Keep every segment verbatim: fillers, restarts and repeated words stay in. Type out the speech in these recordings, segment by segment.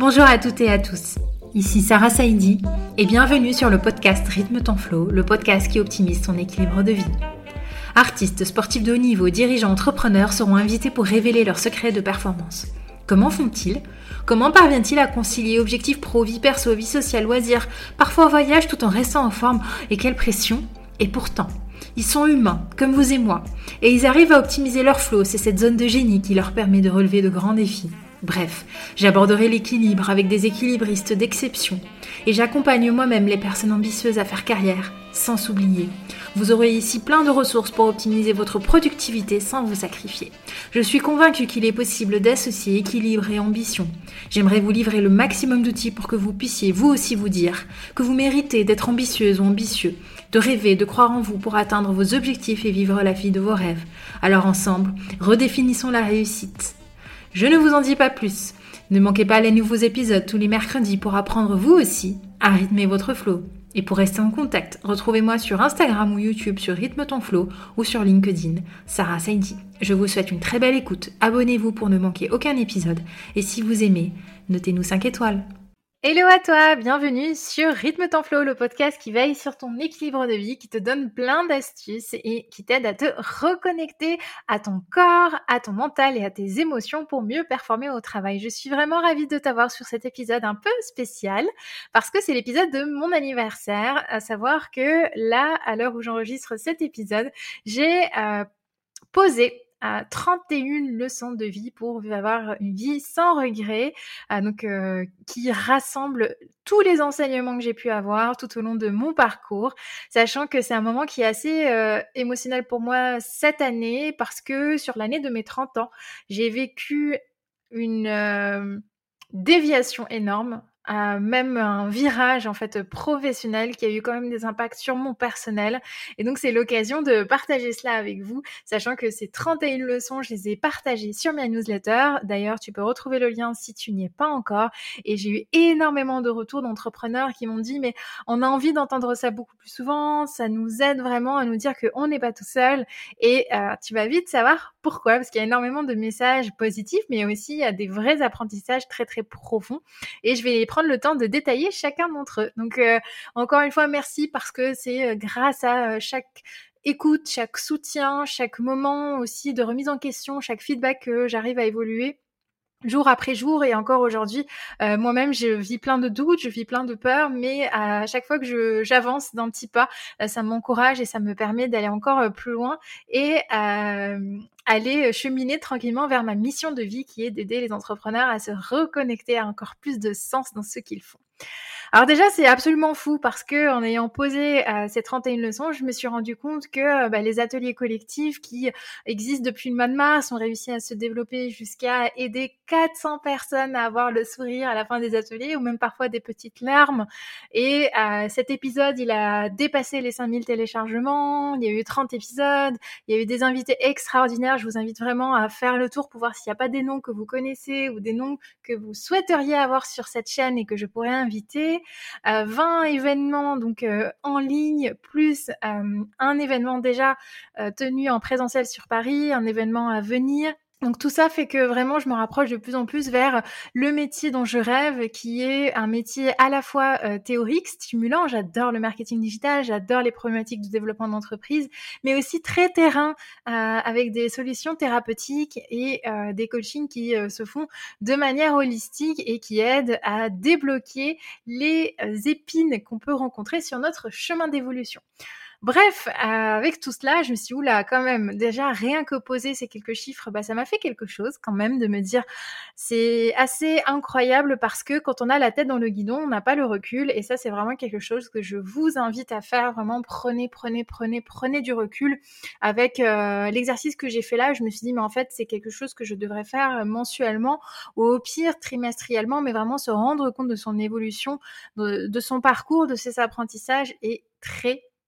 Bonjour à toutes et à tous, ici Sarah Saïdi et bienvenue sur le podcast Rythme ton flow, le podcast qui optimise ton équilibre de vie. Artistes, sportifs de haut niveau, dirigeants, entrepreneurs seront invités pour révéler leurs secrets de performance. Comment font-ils ? Comment parviennent-ils à concilier objectifs pro, vie perso, vie sociale, loisirs, parfois voyage tout en restant en forme ? Et quelle pression ? Et pourtant, ils sont humains, comme vous et moi, et ils arrivent à optimiser leur flow, c'est cette zone de génie qui leur permet de relever de grands défis. Bref, j'aborderai l'équilibre avec des équilibristes d'exception et j'accompagne moi-même les personnes ambitieuses à faire carrière sans s'oublier. Vous aurez ici plein de ressources pour optimiser votre productivité sans vous sacrifier. Je suis convaincue qu'il est possible d'associer équilibre et ambition. J'aimerais vous livrer le maximum d'outils pour que vous puissiez vous aussi vous dire que vous méritez d'être ambitieuse ou ambitieux, de rêver, de croire en vous pour atteindre vos objectifs et vivre la vie de vos rêves. Alors ensemble, redéfinissons la réussite. Je ne vous en dis pas plus. Ne manquez pas les nouveaux épisodes tous les mercredis pour apprendre vous aussi à rythmer votre flow. Et pour rester en contact, retrouvez-moi sur Instagram ou YouTube sur Rythme ton flow ou sur LinkedIn, Sarah Saïdi. Je vous souhaite une très belle écoute. Abonnez-vous pour ne manquer aucun épisode. Et si vous aimez, notez-nous cinq étoiles. Hello à toi, bienvenue sur Rythme ton flow, le podcast qui veille sur ton équilibre de vie, qui te donne plein d'astuces et qui t'aide à te reconnecter à ton corps, à ton mental et à tes émotions pour mieux performer au travail. Je suis vraiment ravie de t'avoir sur cet épisode un peu spécial parce que c'est l'épisode de mon anniversaire, à savoir que là, à l'heure où j'enregistre cet épisode, j'ai euh, posé à trente et une leçons de vie pour avoir une vie sans regret, euh, donc euh, qui rassemble tous les enseignements que j'ai pu avoir tout au long de mon parcours, sachant que c'est un moment qui est assez euh, émotionnel pour moi cette année parce que sur l'année de mes trente ans, j'ai vécu une euh, déviation énorme. Euh, même un virage en fait professionnel qui a eu quand même des impacts sur mon personnel et donc c'est l'occasion de partager cela avec vous, sachant que ces trente et une leçons je les ai partagées sur ma newsletter. D'ailleurs tu peux retrouver le lien si tu n'y es pas encore, et j'ai eu énormément de retours d'entrepreneurs qui m'ont dit mais on a envie d'entendre ça beaucoup plus souvent, ça nous aide vraiment à nous dire qu'on n'est pas tout seul, et euh, tu vas vite savoir pourquoi, parce qu'il y a énormément de messages positifs mais aussi il y a des vrais apprentissages très très profonds et je vais prendre le temps de détailler chacun d'entre eux. Donc euh, encore une fois merci parce que c'est euh, grâce à euh, chaque écoute, chaque soutien, chaque moment aussi de remise en question, chaque feedback que j'arrive à évoluer jour après jour. Et encore aujourd'hui, euh, moi-même, je vis plein de doutes, je vis plein de peurs, mais à chaque fois que je, j'avance d'un petit pas, euh, ça m'encourage et ça me permet d'aller encore euh, plus loin et euh, aller cheminer tranquillement vers ma mission de vie qui est d'aider les entrepreneurs à se reconnecter à encore plus de sens dans ce qu'ils font. Alors déjà, c'est absolument fou parce que en ayant posé euh, ces trente et une leçons, je me suis rendu compte que euh, bah, les ateliers collectifs qui existent depuis le mois de mars ont réussi à se développer jusqu'à aider quatre cents personnes à avoir le sourire à la fin des ateliers ou même parfois des petites larmes. Et euh, cet épisode, il a dépassé les cinq mille téléchargements, il y a eu trente épisodes, il y a eu des invités extraordinaires. Je vous invite vraiment à faire le tour pour voir s'il n'y a pas des noms que vous connaissez ou des noms que vous souhaiteriez avoir sur cette chaîne et que je pourrais inviter. Euh, vingt événements donc euh, en ligne, plus euh, un événement déjà euh, tenu en présentiel sur Paris, un événement à venir. Donc tout ça fait que vraiment je me rapproche de plus en plus vers le métier dont je rêve, qui est un métier à la fois euh, théorique, stimulant, j'adore le marketing digital, j'adore les problématiques du développement d'entreprise, mais aussi très terrain, euh, avec des solutions thérapeutiques et euh, des coachings qui euh, se font de manière holistique et qui aident à débloquer les euh, épines qu'on peut rencontrer sur notre chemin d'évolution. Bref, euh, avec tout cela, je me suis dit, oula, quand même, déjà, rien que poser ces quelques chiffres, bah, ça m'a fait quelque chose quand même de me dire, c'est assez incroyable parce que quand on a la tête dans le guidon, on n'a pas le recul, et ça, c'est vraiment quelque chose que je vous invite à faire. Vraiment, prenez, prenez, prenez, prenez du recul. Avec euh, l'exercice que j'ai fait là, je me suis dit, mais en fait, c'est quelque chose que je devrais faire mensuellement ou au pire trimestriellement, mais vraiment se rendre compte de son évolution, de, de son parcours, de ses apprentissages est très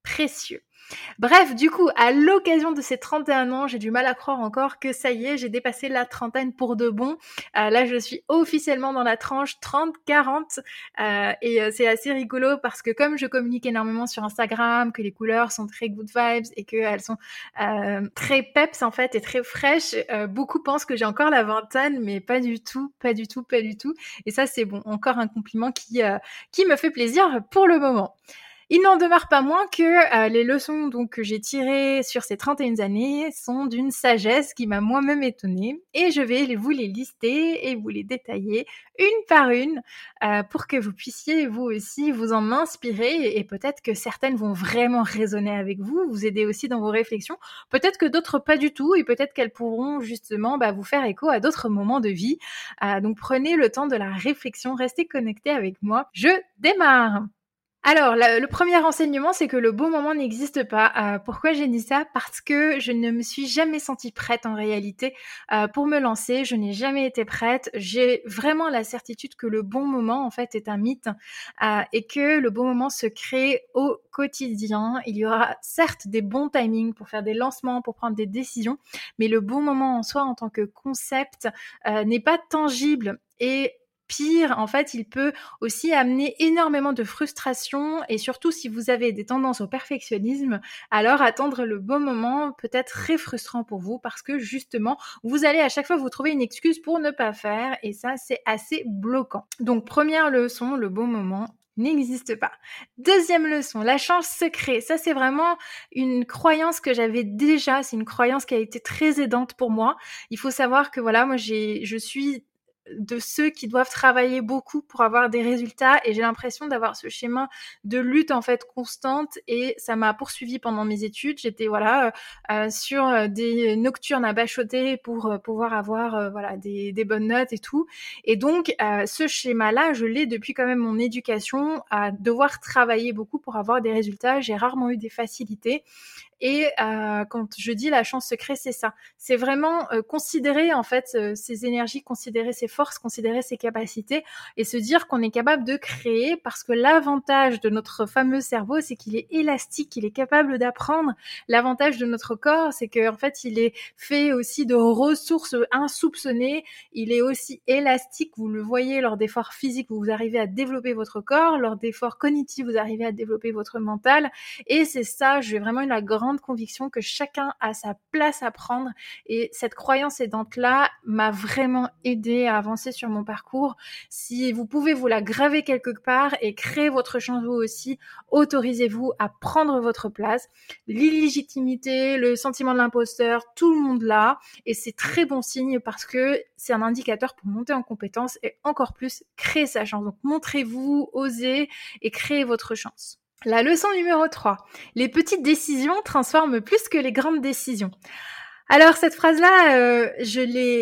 précieux. Bref, du coup, à l'occasion de ces trente et un ans, j'ai du mal à croire encore que ça y est, j'ai dépassé la trentaine pour de bon. Euh, là, je suis officiellement dans la tranche trente quarante euh, et euh, c'est assez rigolo parce que comme je communique énormément sur Instagram, que les couleurs sont très good vibes et qu'elles sont euh, très peps en fait et très fraîches, euh, beaucoup pensent que j'ai encore la vingtaine, mais pas du tout, pas du tout, pas du tout. Et ça, c'est bon, encore un compliment qui, euh, qui me fait plaisir pour le moment. Il n'en demeure pas moins que euh, les leçons donc, que j'ai tirées sur ces trente et une années sont d'une sagesse qui m'a moi-même étonnée et je vais vous les lister et vous les détailler une par une euh, pour que vous puissiez vous aussi vous en inspirer et peut-être que certaines vont vraiment résonner avec vous, vous aider aussi dans vos réflexions, peut-être que d'autres pas du tout et peut-être qu'elles pourront justement bah, vous faire écho à d'autres moments de vie. Euh, donc prenez le temps de la réflexion, restez connectés avec moi, je démarre. Alors, la, le premier renseignement, c'est que le beau moment n'existe pas. Euh, pourquoi j'ai dit ça ? Parce que je ne me suis jamais sentie prête en réalité euh, pour me lancer. Je n'ai jamais été prête. J'ai vraiment la certitude que le bon moment, en fait, est un mythe euh, et que le bon moment se crée au quotidien. Il y aura certes des bons timings pour faire des lancements, pour prendre des décisions, mais le bon moment en soi, en tant que concept, euh, n'est pas tangible et pire, en fait, il peut aussi amener énormément de frustration et surtout si vous avez des tendances au perfectionnisme, alors attendre le bon moment peut être très frustrant pour vous parce que justement, vous allez à chaque fois vous trouver une excuse pour ne pas faire et ça, c'est assez bloquant. Donc, première leçon, le bon moment n'existe pas. Deuxième leçon, la chance se crée. Ça, c'est vraiment une croyance que j'avais déjà. C'est une croyance qui a été très aidante pour moi. Il faut savoir que voilà, moi, j'ai, je suis de ceux qui doivent travailler beaucoup pour avoir des résultats et j'ai l'impression d'avoir ce schéma de lutte en fait constante et ça m'a poursuivi pendant mes études. J'étais voilà euh, sur des nocturnes à bachoter pour euh, pouvoir avoir euh, voilà des, des bonnes notes et tout. Et donc euh, ce schéma-là, je l'ai depuis quand même mon éducation à devoir travailler beaucoup pour avoir des résultats. J'ai rarement eu des facilités. Et euh, quand je dis la chance se crée, c'est ça. C'est vraiment euh, considérer en fait euh, ses énergies, considérer ses forces, considérer ses capacités et se dire qu'on est capable de créer parce que l'avantage de notre fameux cerveau, c'est qu'il est élastique, il est capable d'apprendre. L'avantage de notre corps, c'est qu'en fait, il est fait aussi de ressources insoupçonnées. Il est aussi élastique. Vous le voyez lors d'efforts physiques, vous arrivez à développer votre corps. Lors d'efforts cognitifs, vous arrivez à développer votre mental. Et c'est ça, j'ai vraiment eu la grande conviction que chacun a sa place à prendre et cette croyance aidante-là m'a vraiment aidée à avancer sur mon parcours. Si vous pouvez vous la graver quelque part et créer votre chance vous aussi, autorisez-vous à prendre votre place. L'illégitimité, le sentiment de l'imposteur, tout le monde l'a et c'est très bon signe parce que c'est un indicateur pour monter en compétence et encore plus créer sa chance. Donc montrez-vous, osez et créez votre chance. La leçon numéro trois. Les petites décisions transforment plus que les grandes décisions. Alors cette phrase-là, euh, je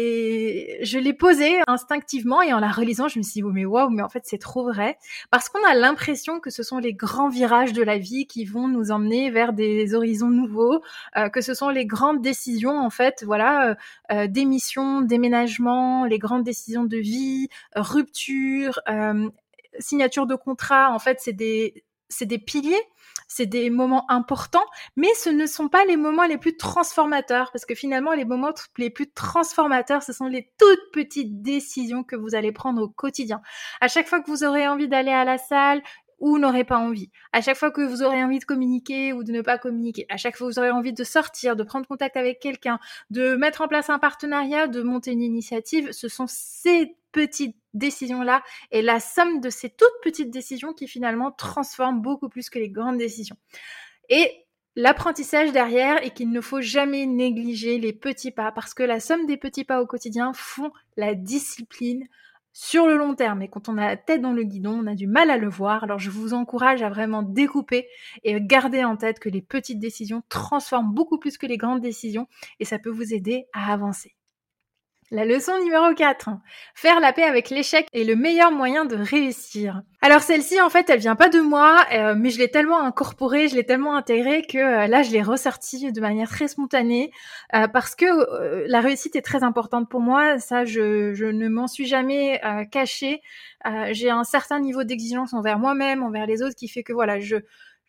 l'ai, je l'ai posée instinctivement et en la relisant, je me suis dit oh, mais waouh, mais en fait c'est trop vrai parce qu'on a l'impression que ce sont les grands virages de la vie qui vont nous emmener vers des horizons nouveaux, euh, que ce sont les grandes décisions en fait, voilà, euh, d'émission, déménagement, les grandes décisions de vie, euh, rupture, euh, signature de contrat. En fait, c'est des c'est des piliers, c'est des moments importants, mais ce ne sont pas les moments les plus transformateurs, parce que finalement, les moments les plus transformateurs, ce sont les toutes petites décisions que vous allez prendre au quotidien. À chaque fois que vous aurez envie d'aller à la salle, ou n'aurez pas envie. À chaque fois que vous aurez envie de communiquer ou de ne pas communiquer. À chaque fois que vous aurez envie de sortir, de prendre contact avec quelqu'un, de mettre en place un partenariat, de monter une initiative, ce sont ces petites décisions-là et la somme de ces toutes petites décisions qui finalement transforment beaucoup plus que les grandes décisions. Et l'apprentissage derrière est qu'il ne faut jamais négliger les petits pas parce que la somme des petits pas au quotidien font la discipline sur le long terme. Et quand on a la tête dans le guidon, on a du mal à le voir. Alors je vous encourage à vraiment découper et garder en tête que les petites décisions transforment beaucoup plus que les grandes décisions et ça peut vous aider à avancer. La leçon numéro quatre. Faire la paix avec l'échec est le meilleur moyen de réussir. Alors celle-ci, en fait, elle vient pas de moi, euh, mais je l'ai tellement incorporée, je l'ai tellement intégrée que euh, là, je l'ai ressortie de manière très spontanée euh, parce que euh, la réussite est très importante pour moi. Ça, je, je ne m'en suis jamais euh, cachée. Euh, j'ai un certain niveau d'exigence envers moi-même, envers les autres, qui fait que voilà, je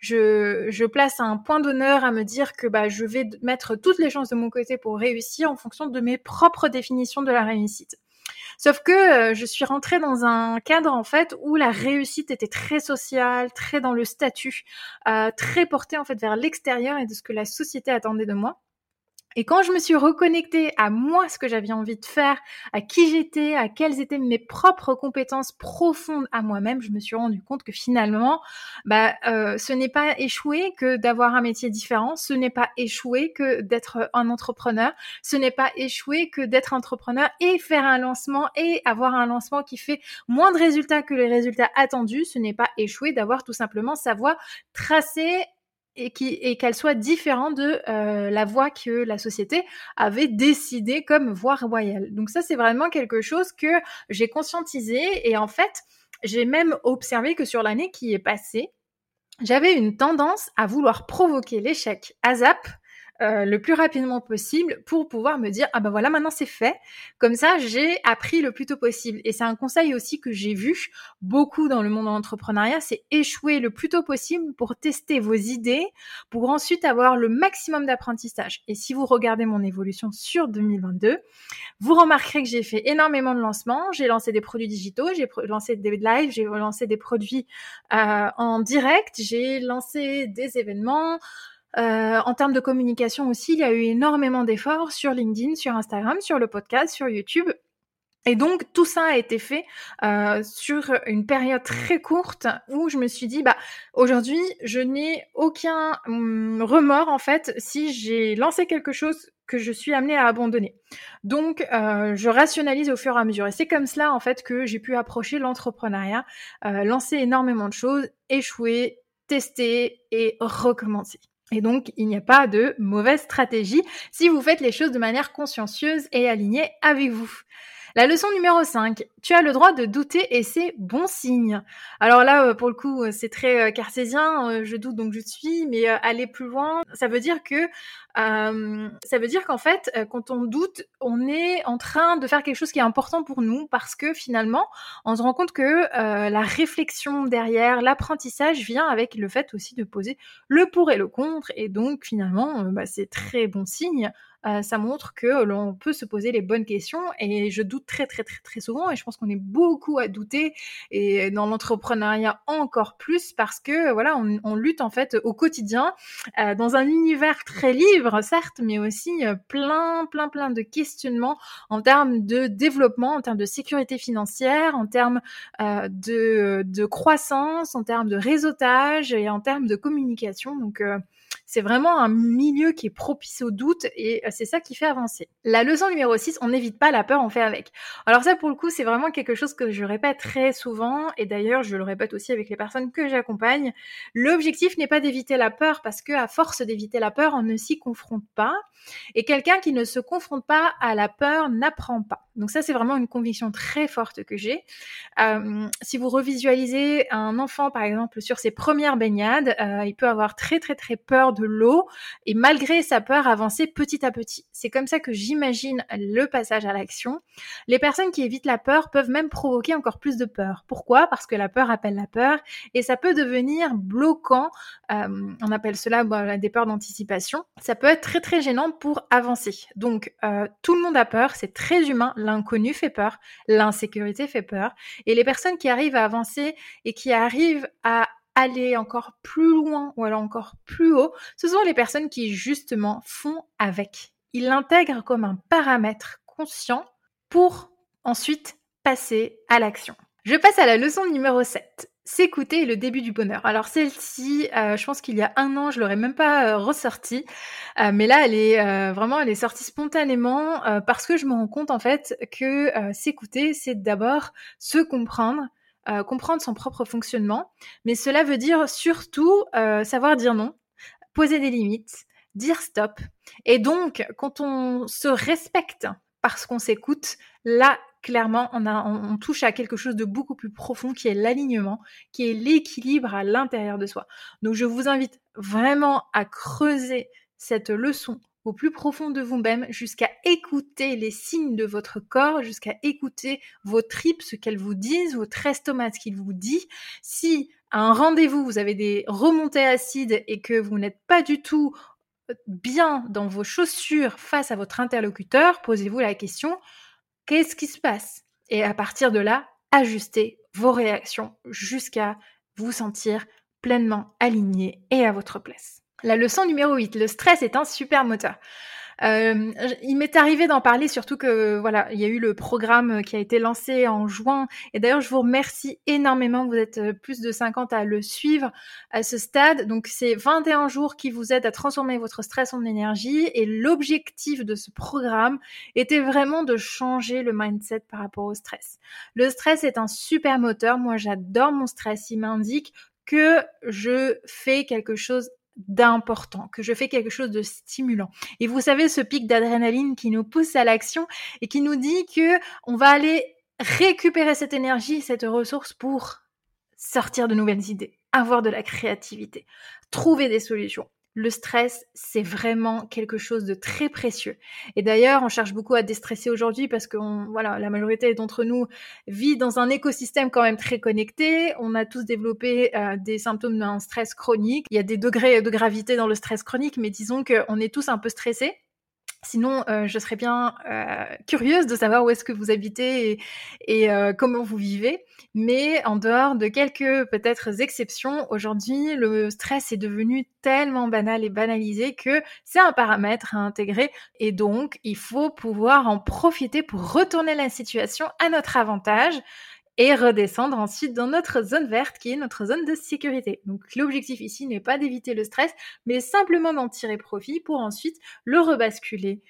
je, je place un point d'honneur à me dire que bah, je vais mettre toutes les chances de mon côté pour réussir en fonction de mes propres définitions de la réussite. Sauf que euh, je suis rentrée dans un cadre en fait où la réussite était très sociale, très dans le statut, euh, très portée en fait vers l'extérieur et de ce que la société attendait de moi. Et quand je me suis reconnectée à moi, ce que j'avais envie de faire, à qui j'étais, à quelles étaient mes propres compétences profondes à moi-même, je me suis rendu compte que finalement, bah, euh, ce n'est pas échouer que d'avoir un métier différent, ce n'est pas échouer que d'être un entrepreneur, ce n'est pas échouer que d'être entrepreneur et faire un lancement et avoir un lancement qui fait moins de résultats que les résultats attendus, ce n'est pas échouer d'avoir tout simplement sa voie tracée et qui et qu'elle soit différente de euh, la voie que la société avait décidée comme voie royale. Donc ça, c'est vraiment quelque chose que j'ai conscientisé et en fait, j'ai même observé que sur l'année qui est passée, j'avais une tendance à vouloir provoquer l'échec ASAP euh, le plus rapidement possible pour pouvoir me dire « Ah ben voilà, maintenant c'est fait ». Comme ça, j'ai appris le plus tôt possible. Et c'est un conseil aussi que j'ai vu beaucoup dans le monde de l'entrepreneuriat, c'est échouer le plus tôt possible pour tester vos idées, pour ensuite avoir le maximum d'apprentissage. Et si vous regardez mon évolution sur deux mille vingt-deux, vous remarquerez que j'ai fait énormément de lancements, j'ai lancé des produits digitaux, j'ai lancé des lives, j'ai lancé des produits euh, en direct, j'ai lancé des événements. Euh, en termes de communication aussi, il y a eu énormément d'efforts sur LinkedIn, sur Instagram, sur le podcast, sur YouTube. Et donc, tout ça a été fait euh, sur une période très courte où je me suis dit, bah aujourd'hui, je n'ai aucun hum, remords en fait si j'ai lancé quelque chose que je suis amenée à abandonner. Donc, euh, je rationalise au fur et à mesure. Et c'est comme cela en fait que j'ai pu approcher l'entrepreneuriat, euh, lancer énormément de choses, échouer, tester et recommencer. Et donc, il n'y a pas de mauvaise stratégie si vous faites les choses de manière consciencieuse et alignée avec vous. La leçon numéro cinq, tu as le droit de douter et c'est bon signe. Alors là, pour le coup, c'est très cartésien, je doute donc je suis, mais aller plus loin, ça veut dire que euh, ça veut dire qu'en fait, quand on doute, on est en train de faire quelque chose qui est important pour nous parce que finalement, on se rend compte que euh, la réflexion derrière, l'apprentissage vient avec le fait aussi de poser le pour et le contre et donc finalement, bah, c'est très bon signe. Euh, ça montre que l'on peut se poser les bonnes questions et je doute très très très très souvent et je pense qu'on est beaucoup à douter et dans l'entrepreneuriat encore plus parce que voilà on, on lutte en fait au quotidien euh, dans un univers très libre certes mais aussi euh, plein plein plein de questionnements en termes de développement, en termes de sécurité financière, en termes euh, de, de croissance, en termes de réseautage et en termes de communication donc euh, c'est vraiment un milieu qui est propice au doute et c'est ça qui fait avancer. La leçon numéro six, on n'évite pas la peur, on fait avec. Alors ça, pour le coup, c'est vraiment quelque chose que je répète très souvent et d'ailleurs, je le répète aussi avec les personnes que j'accompagne. L'objectif n'est pas d'éviter la peur parce que à force d'éviter la peur, on ne s'y confronte pas et quelqu'un qui ne se confronte pas à la peur n'apprend pas. Donc ça, c'est vraiment une conviction très forte que j'ai. Euh, si vous revisualisez un enfant, par exemple, sur ses premières baignades, euh, il peut avoir très très très peur de l'eau et malgré sa peur avancer petit à petit. C'est comme ça que j'imagine le passage à l'action. Les personnes qui évitent la peur peuvent même provoquer encore plus de peur. Pourquoi ? Parce que la peur appelle la peur et ça peut devenir bloquant. Euh, on appelle cela bon, des peurs d'anticipation. Ça peut être très très gênant pour avancer. Donc euh, tout le monde a peur, c'est très humain. L'inconnu fait peur, l'insécurité fait peur. Et les personnes qui arrivent à avancer et qui arrivent à aller encore plus loin ou alors encore plus haut, ce sont les personnes qui justement font avec. Ils l'intègrent comme un paramètre conscient pour ensuite passer à l'action. Je passe à la leçon numéro sept. S'écouter est le début du bonheur. Alors celle-ci, euh, je pense qu'il y a un an, je l'aurais même pas euh, ressortie, euh, mais là, elle est euh, vraiment, elle est sortie spontanément euh, parce que je me rends compte en fait que euh, s'écouter, c'est d'abord se comprendre, euh, comprendre son propre fonctionnement, mais cela veut dire surtout euh, savoir dire non, poser des limites, dire stop. Et donc, quand on se respecte parce qu'on s'écoute, là, clairement, on, a, on, on touche à quelque chose de beaucoup plus profond qui est l'alignement, qui est l'équilibre à l'intérieur de soi. Donc, je vous invite vraiment à creuser cette leçon au plus profond de vous-même jusqu'à écouter les signes de votre corps, jusqu'à écouter vos tripes, ce qu'elles vous disent, votre estomac, ce qu'il vous dit. Si à un rendez-vous, vous avez des remontées acides et que vous n'êtes pas du tout bien dans vos chaussures face à votre interlocuteur, posez-vous la question, qu'est-ce qui se passe? Et à partir de là, ajustez vos réactions jusqu'à vous sentir pleinement aligné et à votre place. La leçon numéro huit, le stress est un super moteur. Euh, il m'est arrivé d'en parler, surtout que voilà, il y a eu le programme qui a été lancé en juin. Et d'ailleurs, je vous remercie énormément. Vous êtes plus de cinquante à le suivre à ce stade. Donc, c'est vingt et un jours qui vous aident à transformer votre stress en énergie. Et l'objectif de ce programme était vraiment de changer le mindset par rapport au stress. Le stress est un super moteur. Moi, j'adore mon stress. Il m'indique que je fais quelque chose d'important, que je fais quelque chose de stimulant. Et vous savez, ce pic d'adrénaline qui nous pousse à l'action et qui nous dit que on va aller récupérer cette énergie, cette ressource pour sortir de nouvelles idées, avoir de la créativité, trouver des solutions. Le stress, c'est vraiment quelque chose de très précieux. Et d'ailleurs, on cherche beaucoup à déstresser aujourd'hui parce que on, voilà, la majorité d'entre nous vit dans un écosystème quand même très connecté. On a tous développé euh, des symptômes d'un stress chronique. Il y a des degrés de gravité dans le stress chronique, mais disons qu'on est tous un peu stressés. Sinon, euh, je serais bien euh, curieuse de savoir où est-ce que vous habitez et, et euh, comment vous vivez. Mais en dehors de quelques peut-être exceptions, aujourd'hui, le stress est devenu tellement banal et banalisé que c'est un paramètre à intégrer. Et donc, il faut pouvoir en profiter pour retourner la situation à notre avantage et redescendre ensuite dans notre zone verte qui est notre zone de sécurité. Donc l'objectif ici n'est pas d'éviter le stress, mais simplement d'en tirer profit pour ensuite le rebasculer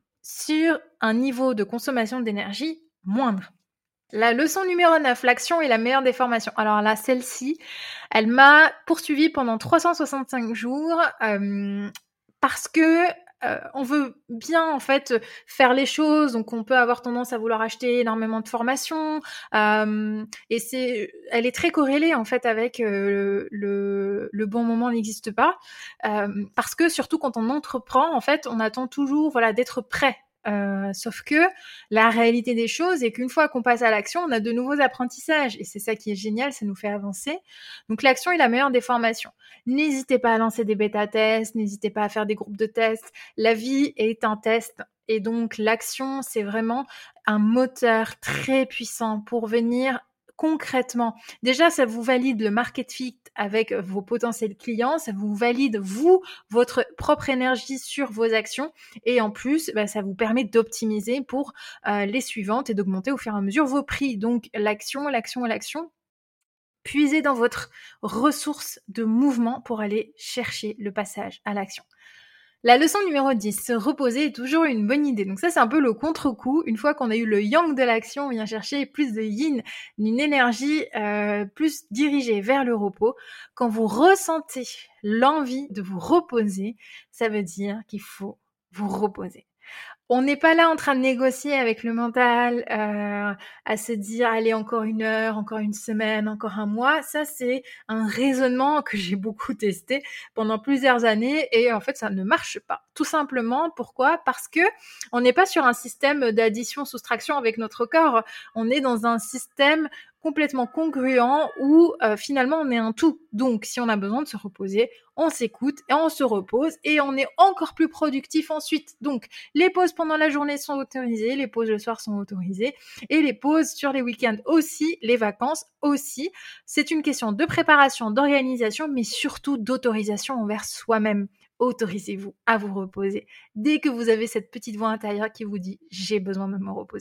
sur un niveau de consommation d'énergie moindre. La leçon numéro neuf, l'action est la meilleure des formations. Alors là, celle-ci, elle m'a poursuivie pendant trois cent soixante-cinq jours euh, parce que Euh, on veut bien en fait faire les choses, donc on peut avoir tendance à vouloir acheter énormément de formations euh, et c'est, elle est très corrélée en fait avec euh, le, le bon moment n'existe pas euh, parce que surtout quand on entreprend en fait on attend toujours voilà d'être prêt. Euh, sauf que la réalité des choses est qu'une fois qu'on passe à l'action, on a de nouveaux apprentissages et c'est ça qui est génial, ça nous fait avancer. Donc l'action est la meilleure des formations. N'hésitez pas à lancer des bêta-tests, n'hésitez pas à faire des groupes de tests. La vie est un test et donc l'action, c'est vraiment un moteur très puissant pour venir concrètement. Déjà, ça vous valide le market fit avec vos potentiels clients, ça vous valide, vous, votre propre énergie sur vos actions et en plus, bah, ça vous permet d'optimiser pour euh, les suivantes et d'augmenter au fur et à mesure vos prix. Donc, l'action, l'action et l'action. Puisez dans votre ressource de mouvement pour aller chercher le passage à l'action. La leçon numéro dix, se reposer est toujours une bonne idée. Donc ça, c'est un peu le contre-coup. Une fois qu'on a eu le yang de l'action, on vient chercher plus de yin, une énergie euh, plus dirigée vers le repos. Quand vous ressentez l'envie de vous reposer, ça veut dire qu'il faut vous reposer. On n'est pas là en train de négocier avec le mental, euh, à se dire allez encore une heure, encore une semaine, encore un mois. Ça c'est un raisonnement que j'ai beaucoup testé pendant plusieurs années et en fait ça ne marche pas. Tout simplement pourquoi ? Parce que on n'est pas sur un système d'addition-soustraction avec notre corps. On est dans un système complètement congruent où euh, finalement on est un tout. Donc si on a besoin de se reposer, on s'écoute et on se repose et on est encore plus productif ensuite. Donc les pauses pendant la journée sont autorisées, les pauses le soir sont autorisées et les pauses sur les week-ends aussi, les vacances aussi. C'est une question de préparation, d'organisation, mais surtout d'autorisation envers soi-même. Autorisez-vous à vous reposer dès que vous avez cette petite voix intérieure qui vous dit « j'ai besoin de me reposer ».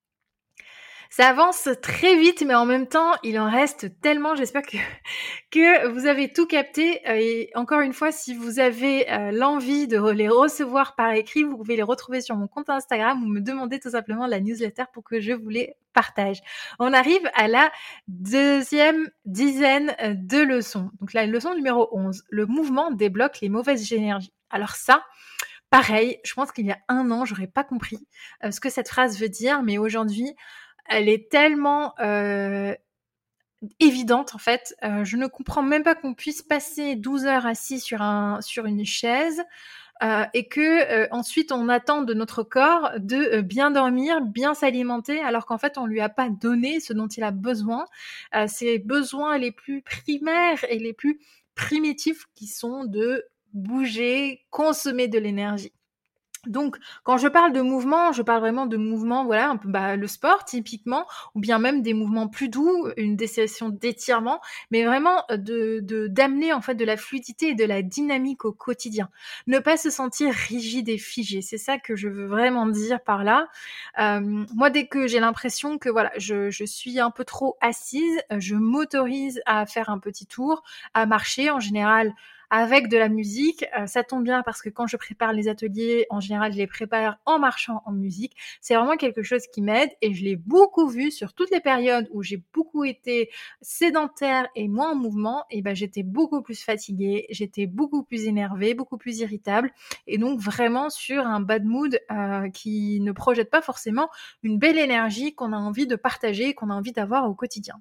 Ça avance très vite, mais en même temps, il en reste tellement. J'espère que, que vous avez tout capté. Et encore une fois, si vous avez euh, l'envie de les recevoir par écrit, vous pouvez les retrouver sur mon compte Instagram ou me demander tout simplement la newsletter pour que je vous les partage. On arrive à la deuxième dizaine de leçons. Donc la leçon numéro onze, le mouvement débloque les mauvaises énergies. Alors ça, pareil, je pense qu'il y a un an, j'aurais pas compris euh, ce que cette phrase veut dire, mais aujourd'hui, elle est tellement euh, évidente en fait. Euh, je ne comprends même pas qu'on puisse passer douze heures assis sur, un, sur une chaise euh, et que euh, ensuite on attend de notre corps de euh, bien dormir, bien s'alimenter, alors qu'en fait on lui a pas donné ce dont il a besoin, euh, ses besoins les plus primaires et les plus primitifs qui sont de bouger, consommer de l'énergie. Donc, quand je parle de mouvement, je parle vraiment de mouvement, voilà, un peu, bah, le sport typiquement, ou bien même des mouvements plus doux, une des sessions d'étirement, mais vraiment euh, de, de d'amener en fait de la fluidité et de la dynamique au quotidien. Ne pas se sentir rigide et figé, c'est ça que je veux vraiment dire par là. Euh, moi, dès que j'ai l'impression que voilà, je, je suis un peu trop assise, je m'autorise à faire un petit tour, à marcher en général avec de la musique. Euh, ça tombe bien parce que quand je prépare les ateliers, en général, je les prépare en marchant en musique. C'est vraiment quelque chose qui m'aide et je l'ai beaucoup vu sur toutes les périodes où j'ai beaucoup été sédentaire et moins en mouvement. Et ben, j'étais beaucoup plus fatiguée, j'étais beaucoup plus énervée, beaucoup plus irritable et donc vraiment sur un bad mood euh, qui ne projette pas forcément une belle énergie qu'on a envie de partager et qu'on a envie d'avoir au quotidien.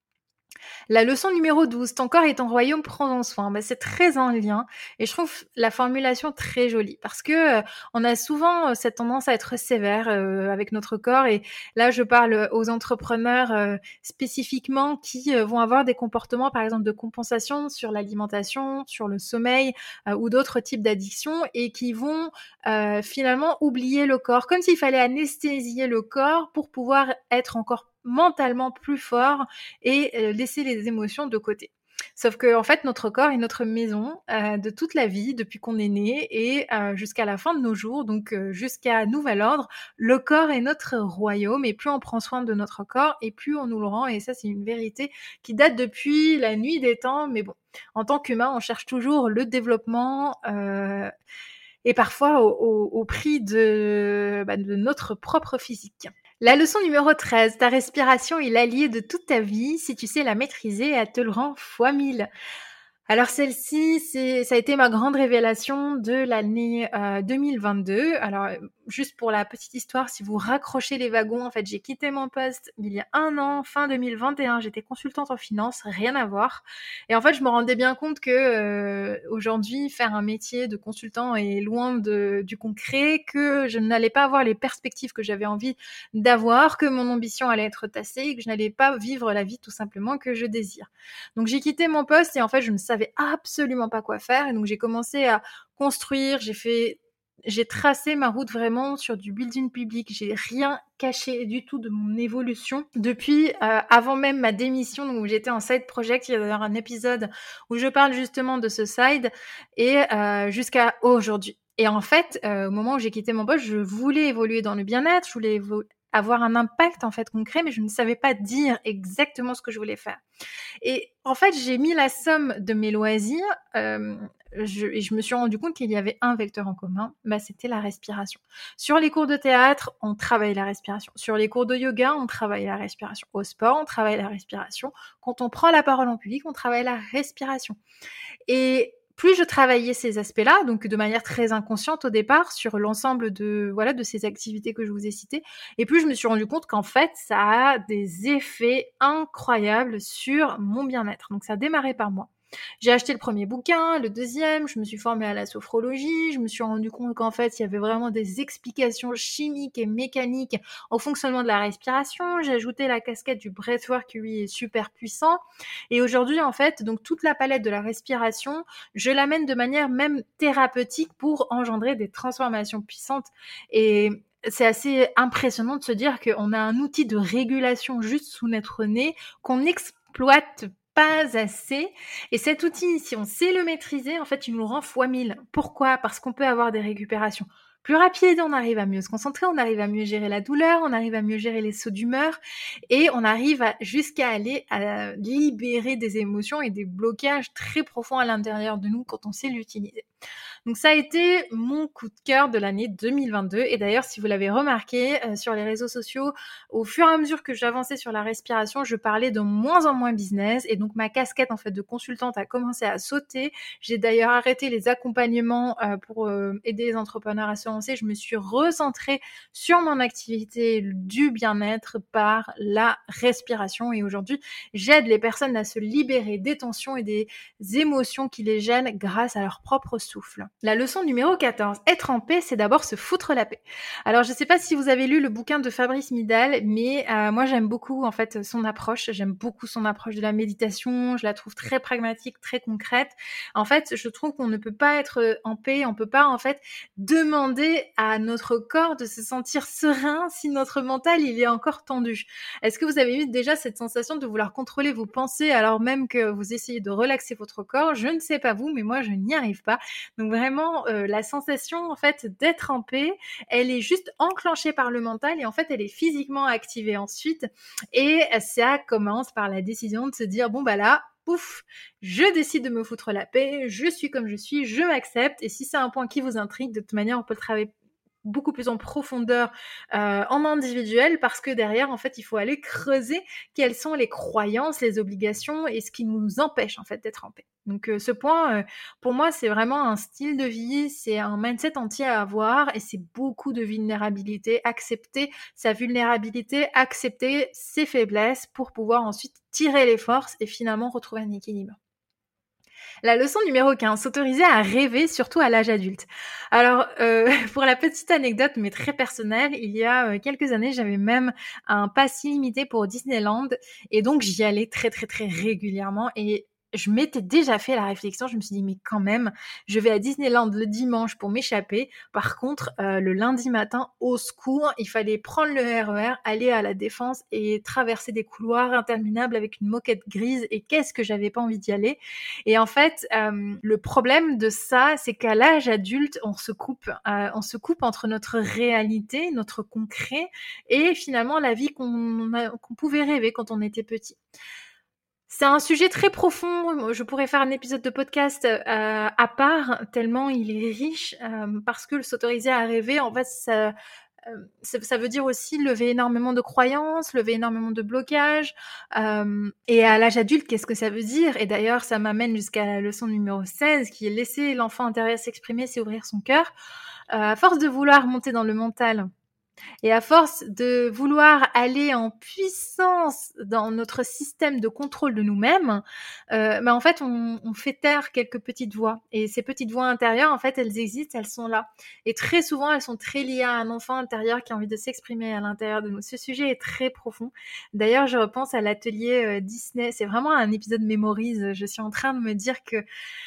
La leçon numéro douze, ton corps est ton royaume, prends-en soin. Ben, c'est très en lien et je trouve la formulation très jolie parce que euh, on a souvent euh, cette tendance à être sévère euh, avec notre corps et là je parle aux entrepreneurs euh, spécifiquement qui euh, vont avoir des comportements par exemple de compensation sur l'alimentation, sur le sommeil euh, ou d'autres types d'addictions et qui vont euh, finalement oublier le corps comme s'il fallait anesthésier le corps pour pouvoir être encore mentalement plus fort et euh, laisser les émotions de côté. Sauf que en fait, notre corps est notre maison euh, de toute la vie, depuis qu'on est né et euh, jusqu'à la fin de nos jours, donc euh, jusqu'à nouvel ordre, le corps est notre royaume et plus on prend soin de notre corps et plus on nous le rend. Et ça, c'est une vérité qui date depuis la nuit des temps. Mais bon, en tant qu'humain, on cherche toujours le développement euh, et parfois au, au, au prix de, bah, de notre propre physique. La leçon numéro treize, ta respiration est l'allié de toute ta vie. Si tu sais la maîtriser, elle te le rend fois mille. Alors celle-ci, c'est, ça a été ma grande révélation de l'année euh, deux mille vingt-deux. Alors juste pour la petite histoire, si vous raccrochez les wagons, en fait j'ai quitté mon poste il y a un an, fin deux mille vingt et un, j'étais consultante en finance, rien à voir. Et en fait je me rendais bien compte que euh, aujourd'hui faire un métier de consultant est loin de, du concret, que je n'allais pas avoir les perspectives que j'avais envie d'avoir, que mon ambition allait être tassée et que je n'allais pas vivre la vie tout simplement que je désire. Donc j'ai quitté mon poste et en fait je ne savais absolument pas quoi faire et donc j'ai commencé à construire, j'ai fait j'ai tracé ma route vraiment sur du building public, j'ai rien caché du tout de mon évolution depuis euh, avant même ma démission, donc où j'étais en side project. Il y a d'ailleurs un épisode où je parle justement de ce side et euh, jusqu'à aujourd'hui. Et en fait, euh, au moment où j'ai quitté mon poste, je voulais évoluer dans le bien-être, je voulais évo- avoir un impact en fait concret, mais je ne savais pas dire exactement ce que je voulais faire. Et en fait, j'ai mis la somme de mes loisirs euh, je, et je me suis rendu compte qu'il y avait un vecteur en commun, bah, c'était la respiration. Sur les cours de théâtre, on travaille la respiration. Sur les cours de yoga, on travaille la respiration. Au sport, on travaille la respiration. Quand on prend la parole en public, on travaille la respiration. Et plus je travaillais ces aspects-là, donc de manière très inconsciente au départ, sur l'ensemble de voilà de ces activités que je vous ai citées, et plus je me suis rendu compte qu'en fait, ça a des effets incroyables sur mon bien-être. Donc ça a démarré par moi. J'ai acheté le premier bouquin, le deuxième, je me suis formée à la sophrologie, je me suis rendu compte qu'en fait, il y avait vraiment des explications chimiques et mécaniques au fonctionnement de la respiration. J'ai ajouté la casquette du breathwork qui lui est super puissant. Et aujourd'hui, en fait, donc toute la palette de la respiration, je l'amène de manière même thérapeutique pour engendrer des transformations puissantes. Et c'est assez impressionnant de se dire qu'on a un outil de régulation juste sous notre nez qu'on exploite pas assez. Et cet outil, si on sait le maîtriser, en fait, il nous rend fois mille. Pourquoi ? Parce qu'on peut avoir des récupérations plus rapides, on arrive à mieux se concentrer, on arrive à mieux gérer la douleur, on arrive à mieux gérer les sauts d'humeur et on arrive à, jusqu'à aller à libérer des émotions et des blocages très profonds à l'intérieur de nous quand on sait l'utiliser. Donc ça a été mon coup de cœur de l'année deux mille vingt-deux et d'ailleurs si vous l'avez remarqué euh, sur les réseaux sociaux, au fur et à mesure que j'avançais sur la respiration, je parlais de moins en moins business et donc ma casquette en fait de consultante a commencé à sauter. J'ai d'ailleurs arrêté les accompagnements euh, pour euh, aider les entrepreneurs à se lancer. Je me suis recentrée sur mon activité du bien-être par la respiration et aujourd'hui j'aide les personnes à se libérer des tensions et des émotions qui les gênent grâce à leur propre souffle. La leçon numéro quatorze, être en paix, c'est d'abord se foutre la paix. Alors, je ne sais pas si vous avez lu le bouquin de Fabrice Midal, mais euh, moi, j'aime beaucoup en fait son approche. J'aime beaucoup son approche de la méditation. Je la trouve très pragmatique, très concrète. En fait, je trouve qu'on ne peut pas être en paix, on ne peut pas en fait demander à notre corps de se sentir serein si notre mental il est encore tendu. Est-ce que vous avez eu déjà cette sensation de vouloir contrôler vos pensées alors même que vous essayez de relaxer votre corps? Je ne sais pas vous, mais moi je n'y arrive pas. Donc vraiment, euh, la sensation en fait d'être en paix, elle est juste enclenchée par le mental et en fait elle est physiquement activée ensuite. Et ça commence par la décision de se dire bon bah là, pouf, je décide de me foutre la paix, je suis comme je suis, je m'accepte. Et si c'est un point qui vous intrigue, de toute manière, on peut le travailler beaucoup plus en profondeur euh, en individuel parce que derrière, en fait, il faut aller creuser quelles sont les croyances, les obligations et ce qui nous empêche, en fait, d'être en paix. Donc, euh, ce point, euh, pour moi, c'est vraiment un style de vie, c'est un mindset entier à avoir et c'est beaucoup de vulnérabilité. Accepter sa vulnérabilité, accepter ses faiblesses pour pouvoir ensuite tirer les forces et finalement retrouver un équilibre. La leçon numéro quinze, s'autoriser à rêver, surtout à l'âge adulte. Alors, euh, pour la petite anecdote, mais très personnelle, il y a euh, quelques années, j'avais même un pass illimité pour Disneyland et donc j'y allais très très très régulièrement et je m'étais déjà fait la réflexion, je me suis dit mais quand même, je vais à Disneyland le dimanche pour m'échapper. Par contre, euh, le lundi matin, au secours, il fallait prendre le R E R, aller à la Défense et traverser des couloirs interminables avec une moquette grise. Et qu'est-ce que j'avais pas envie d'y aller. Et en fait, euh, le problème de ça, c'est qu'à l'âge adulte, on se coupe, euh, on se coupe entre notre réalité, notre concret, et finalement la vie qu'on, a, qu'on pouvait rêver quand on était petit. C'est un sujet très profond. Je pourrais faire un épisode de podcast euh, à part, tellement il est riche, euh, parce que s'autoriser à rêver, en fait, ça, euh, ça, ça veut dire aussi lever énormément de croyances, lever énormément de blocages. Euh, et à l'âge adulte, qu'est-ce que ça veut dire? Et d'ailleurs, ça m'amène jusqu'à la leçon numéro seize, qui est laisser l'enfant intérieur s'exprimer, c'est ouvrir son cœur. Euh, à force de vouloir monter dans le mental, et à force de vouloir aller en puissance dans notre système de contrôle de nous-mêmes, euh, bah en fait, on, on fait taire quelques petites voix. Et ces petites voix intérieures, en fait, elles existent, elles sont là. Et très souvent, elles sont très liées à un enfant intérieur qui a envie de s'exprimer à l'intérieur de nous. Ce sujet est très profond. D'ailleurs, je repense à l'atelier euh, Disney. C'est vraiment un épisode mémorise. Je suis en train de me dire que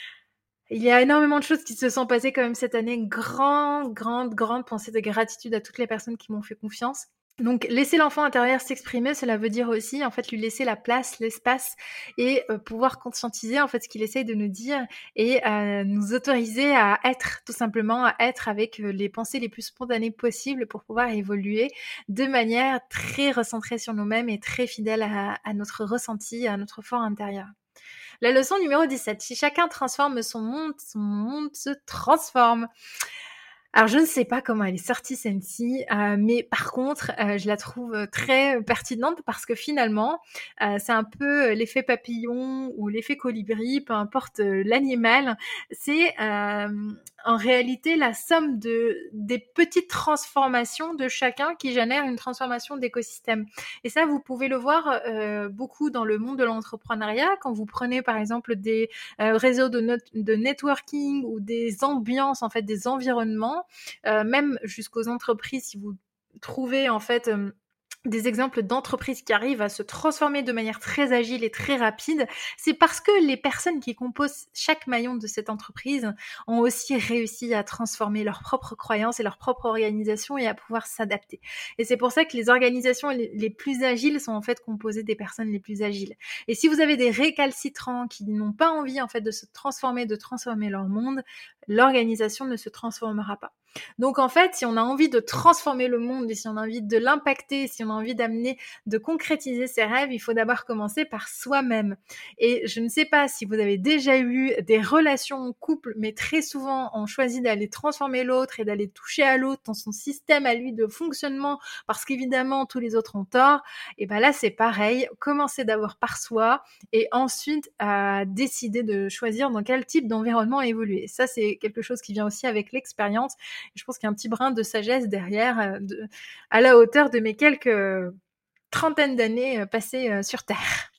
il y a énormément de choses qui se sont passées quand même cette année. Grande, grande, grande pensée de gratitude à toutes les personnes qui m'ont fait confiance. Donc, laisser l'enfant intérieur s'exprimer, cela veut dire aussi, en fait, lui laisser la place, l'espace et euh, pouvoir conscientiser, en fait, ce qu'il essaye de nous dire et euh, nous autoriser à être, tout simplement, à être avec les pensées les plus spontanées possibles pour pouvoir évoluer de manière très recentrée sur nous-mêmes et très fidèle à, à notre ressenti, à notre fort intérieur. La leçon numéro dix-sept. Si chacun transforme son monde, son monde se transforme. Alors, je ne sais pas comment elle est sortie celle-ci, euh, mais par contre, euh, je la trouve très pertinente parce que finalement, euh, c'est un peu l'effet papillon ou l'effet colibri, peu importe l'animal. C'est euh, en réalité la somme de des petites transformations de chacun qui génèrent une transformation d'écosystème. Et ça, vous pouvez le voir euh, beaucoup dans le monde de l'entrepreneuriat quand vous prenez par exemple des euh, réseaux de, not- de networking ou des ambiances, en fait, des environnements. Euh, même jusqu'aux entreprises, si vous trouvez en fait euh, des exemples d'entreprises qui arrivent à se transformer de manière très agile et très rapide, c'est parce que les personnes qui composent chaque maillon de cette entreprise ont aussi réussi à transformer leurs propres croyances et leur propre organisation et à pouvoir s'adapter. Et c'est pour ça que les organisations les, les plus agiles sont en fait composées des personnes les plus agiles. Et si vous avez des récalcitrants qui n'ont pas envie en fait de se transformer, de transformer leur monde, l'organisation ne se transformera pas. Donc en fait, si on a envie de transformer le monde et si on a envie de l'impacter, si on a envie d'amener, de concrétiser ses rêves, il faut d'abord commencer par soi-même. Et je ne sais pas si vous avez déjà eu des relations en couple, mais très souvent on choisit d'aller transformer l'autre et d'aller toucher à l'autre dans son système à lui de fonctionnement parce qu'évidemment tous les autres ont tort. Et ben là c'est pareil, commencez d'abord par soi et ensuite à décider de choisir dans quel type d'environnement évoluer. Ça c'est quelque chose qui vient aussi avec l'expérience. Je pense qu'il y a un petit brin de sagesse derrière, euh, de, à la hauteur de mes quelques trentaines d'années passées euh, sur Terre.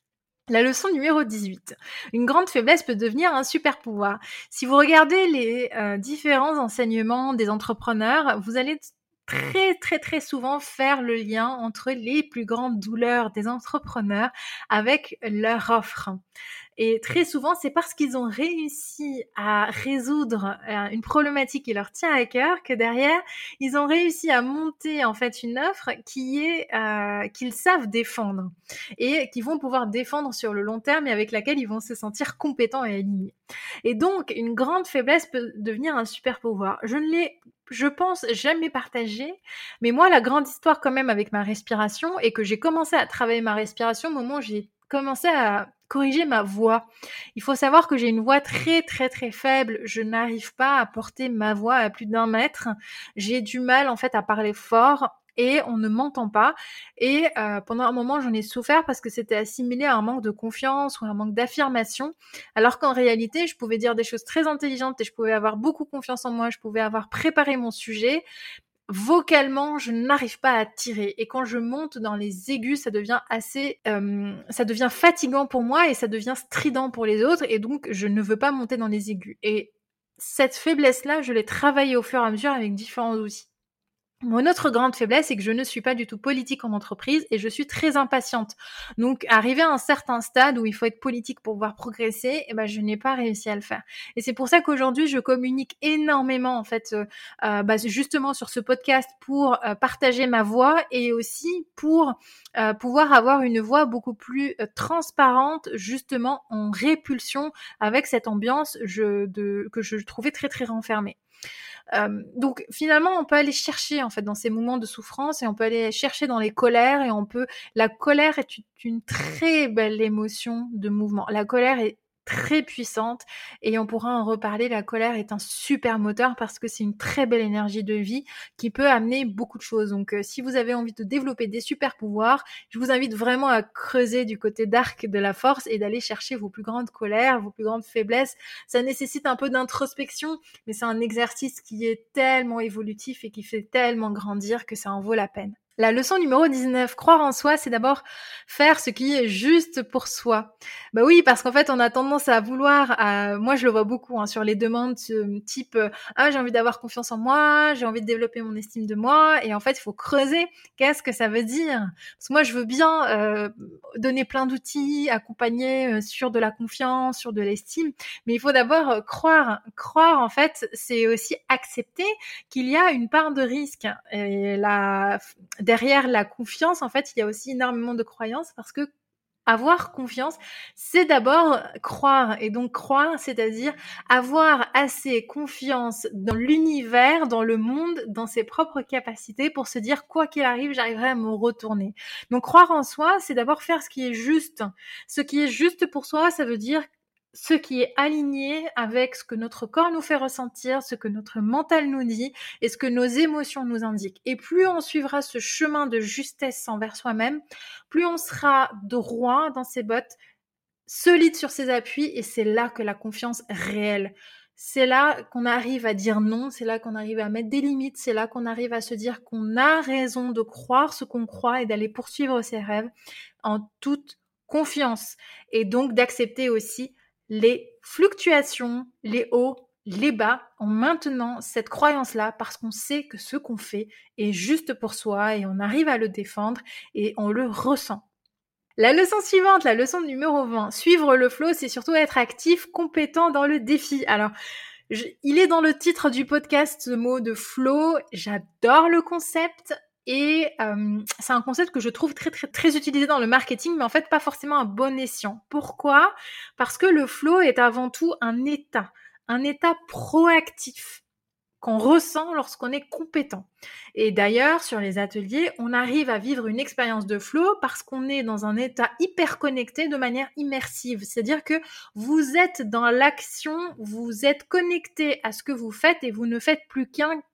La leçon numéro dix-huit. Une grande faiblesse peut devenir un super pouvoir. Si vous regardez les euh, différents enseignements des entrepreneurs, vous allez très très très souvent faire le lien entre les plus grandes douleurs des entrepreneurs avec leur offre. Et très souvent, c'est parce qu'ils ont réussi à résoudre euh, une problématique qui leur tient à cœur que derrière, ils ont réussi à monter en fait une offre qui est euh, qu'ils savent défendre et qui vont pouvoir défendre sur le long terme et avec laquelle ils vont se sentir compétents et alignés. Et donc, une grande faiblesse peut devenir un super pouvoir. Je ne l'ai, je pense, jamais partagé, mais moi, la grande histoire quand même avec ma respiration et que j'ai commencé à travailler ma respiration au moment où j'ai commencé à corriger ma voix. Il faut savoir que j'ai une voix très très très faible. Je n'arrive pas à porter ma voix à plus d'un mètre. J'ai du mal en fait à parler fort et on ne m'entend pas. Et euh, pendant un moment, j'en ai souffert parce que c'était assimilé à un manque de confiance ou un manque d'affirmation. Alors qu'en réalité, je pouvais dire des choses très intelligentes et je pouvais avoir beaucoup confiance en moi. Je pouvais avoir préparé mon sujet. Vocalement, je n'arrive pas à tirer. Et quand je monte dans les aigus, ça devient assez, euh, ça devient fatigant pour moi et ça devient strident pour les autres. Et donc, je ne veux pas monter dans les aigus. Et cette faiblesse-là, je l'ai travaillée au fur et à mesure avec différents outils. Mon autre grande faiblesse, c'est que je ne suis pas du tout politique en entreprise et je suis très impatiente. Donc, arrivé à un certain stade où il faut être politique pour pouvoir progresser, eh ben, je n'ai pas réussi à le faire. Et c'est pour ça qu'aujourd'hui, je communique énormément, en fait, euh, euh, bah, justement sur ce podcast pour euh, partager ma voix et aussi pour euh, pouvoir avoir une voix beaucoup plus euh, transparente, justement en répulsion avec cette ambiance je, de, que je trouvais très, très renfermée. Euh, donc finalement, on peut aller chercher en fait dans ces moments de souffrance et on peut aller chercher dans les colères et on peut. La colère est une, une très belle émotion de mouvement. La colère est très puissante et on pourra en reparler. La colère est un super moteur parce que c'est une très belle énergie de vie qui peut amener beaucoup de choses. Donc euh, si vous avez envie de développer des super pouvoirs, je vous invite vraiment à creuser du côté dark de la force et d'aller chercher vos plus grandes colères, vos plus grandes faiblesses. Ça nécessite un peu d'introspection, mais c'est un exercice qui est tellement évolutif et qui fait tellement grandir que ça en vaut la peine. La leçon numéro dix-neuf, croire en soi, c'est d'abord faire ce qui est juste pour soi. Bah oui, parce qu'en fait, on a tendance à vouloir, à... moi je le vois beaucoup hein, sur les demandes type euh, « Ah, j'ai envie d'avoir confiance en moi, j'ai envie de développer mon estime de moi », et en fait, il faut creuser. Qu'est-ce que ça veut dire ? Parce que moi, je veux bien euh, donner plein d'outils, accompagner euh, sur de la confiance, sur de l'estime, mais il faut d'abord euh, croire. Croire, en fait, c'est aussi accepter qu'il y a une part de risque. Et la... Derrière la confiance, en fait, il y a aussi énormément de croyances parce que avoir confiance, c'est d'abord croire. Et donc croire, c'est-à-dire avoir assez confiance dans l'univers, dans le monde, dans ses propres capacités pour se dire quoi qu'il arrive, j'arriverai à me retourner. Donc croire en soi, c'est d'abord faire ce qui est juste. Ce qui est juste pour soi, ça veut dire ce qui est aligné avec ce que notre corps nous fait ressentir, ce que notre mental nous dit et ce que nos émotions nous indiquent. Et plus on suivra ce chemin de justesse envers soi-même, plus on sera droit dans ses bottes, solide sur ses appuis, et c'est là que la confiance réelle. C'est là qu'on arrive à dire non, c'est là qu'on arrive à mettre des limites, c'est là qu'on arrive à se dire qu'on a raison de croire ce qu'on croit et d'aller poursuivre ses rêves en toute confiance. Et donc d'accepter aussi les fluctuations, les hauts, les bas, en maintenant cette croyance-là parce qu'on sait que ce qu'on fait est juste pour soi et on arrive à le défendre et on le ressent. La leçon suivante, la leçon numéro vingt, suivre le flow, c'est surtout être actif, compétent dans le défi. Alors, je, il est dans le titre du podcast, ce mot de flow, j'adore le concept. Et euh, c'est un concept que je trouve très très très utilisé dans le marketing, mais en fait pas forcément à bon escient. Pourquoi ? Parce que le flow est avant tout un état, un état proactif qu'on ressent lorsqu'on est compétent. Et d'ailleurs, sur les ateliers, on arrive à vivre une expérience de flow parce qu'on est dans un état hyper connecté de manière immersive. C'est-à-dire que vous êtes dans l'action, vous êtes connecté à ce que vous faites et vous ne faites plus qu'un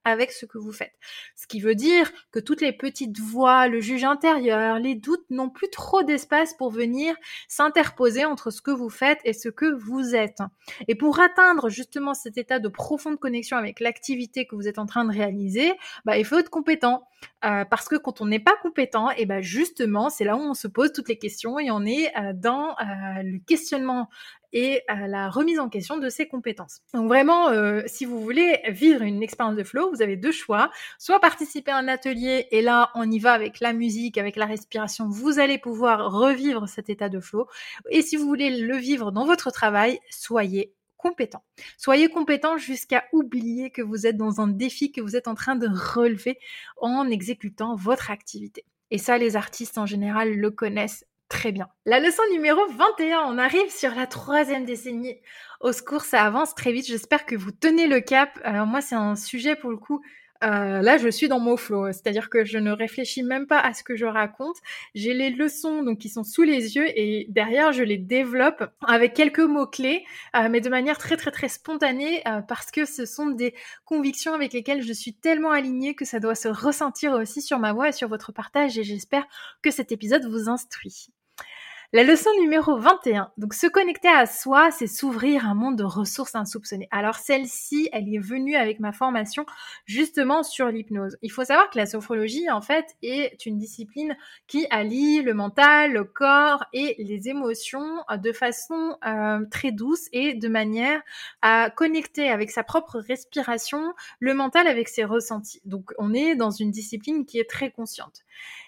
avec ce que vous faites. Ce qui veut dire que toutes les petites voix, le juge intérieur, les doutes n'ont plus trop d'espace pour venir s'interposer entre ce que vous faites et ce que vous êtes. Et pour atteindre justement cet état de profonde connexion avec l'activité que vous êtes en train de réaliser, bah, il faut être compétent. Euh, parce que quand on n'est pas compétent, et ben justement, c'est là où on se pose toutes les questions et on est euh, dans euh, le questionnement et euh, la remise en question de ses compétences. Donc vraiment, euh, si vous voulez vivre une expérience de flow, vous avez deux choix. Soit participer à un atelier et là, on y va avec la musique, avec la respiration, vous allez pouvoir revivre cet état de flow. Et si vous voulez le vivre dans votre travail, soyez compétent. Soyez compétent jusqu'à oublier que vous êtes dans un défi que vous êtes en train de relever en exécutant votre activité. Et ça, les artistes en général le connaissent très bien. La leçon numéro vingt et un, on arrive sur la troisième décennie. Au secours, ça avance très vite. J'espère que vous tenez le cap. Euh, moi, c'est un sujet pour le coup. Euh, là, je suis dans mon flow, c'est-à-dire que je ne réfléchis même pas à ce que je raconte. J'ai les leçons donc qui sont sous les yeux et derrière, je les développe avec quelques mots-clés, euh, mais de manière très très très spontanée euh, parce que ce sont des convictions avec lesquelles je suis tellement alignée que ça doit se ressentir aussi sur ma voix et sur votre partage et j'espère que cet épisode vous instruit. La leçon numéro vingt et un, donc se connecter à soi, c'est s'ouvrir à un monde de ressources insoupçonnées. Alors celle-ci, elle est venue avec ma formation justement sur l'hypnose. Il faut savoir que la sophrologie, en fait, est une discipline qui allie le mental, le corps et les émotions de façon euh, très douce et de manière à connecter avec sa propre respiration, le mental avec ses ressentis. Donc on est dans une discipline qui est très consciente.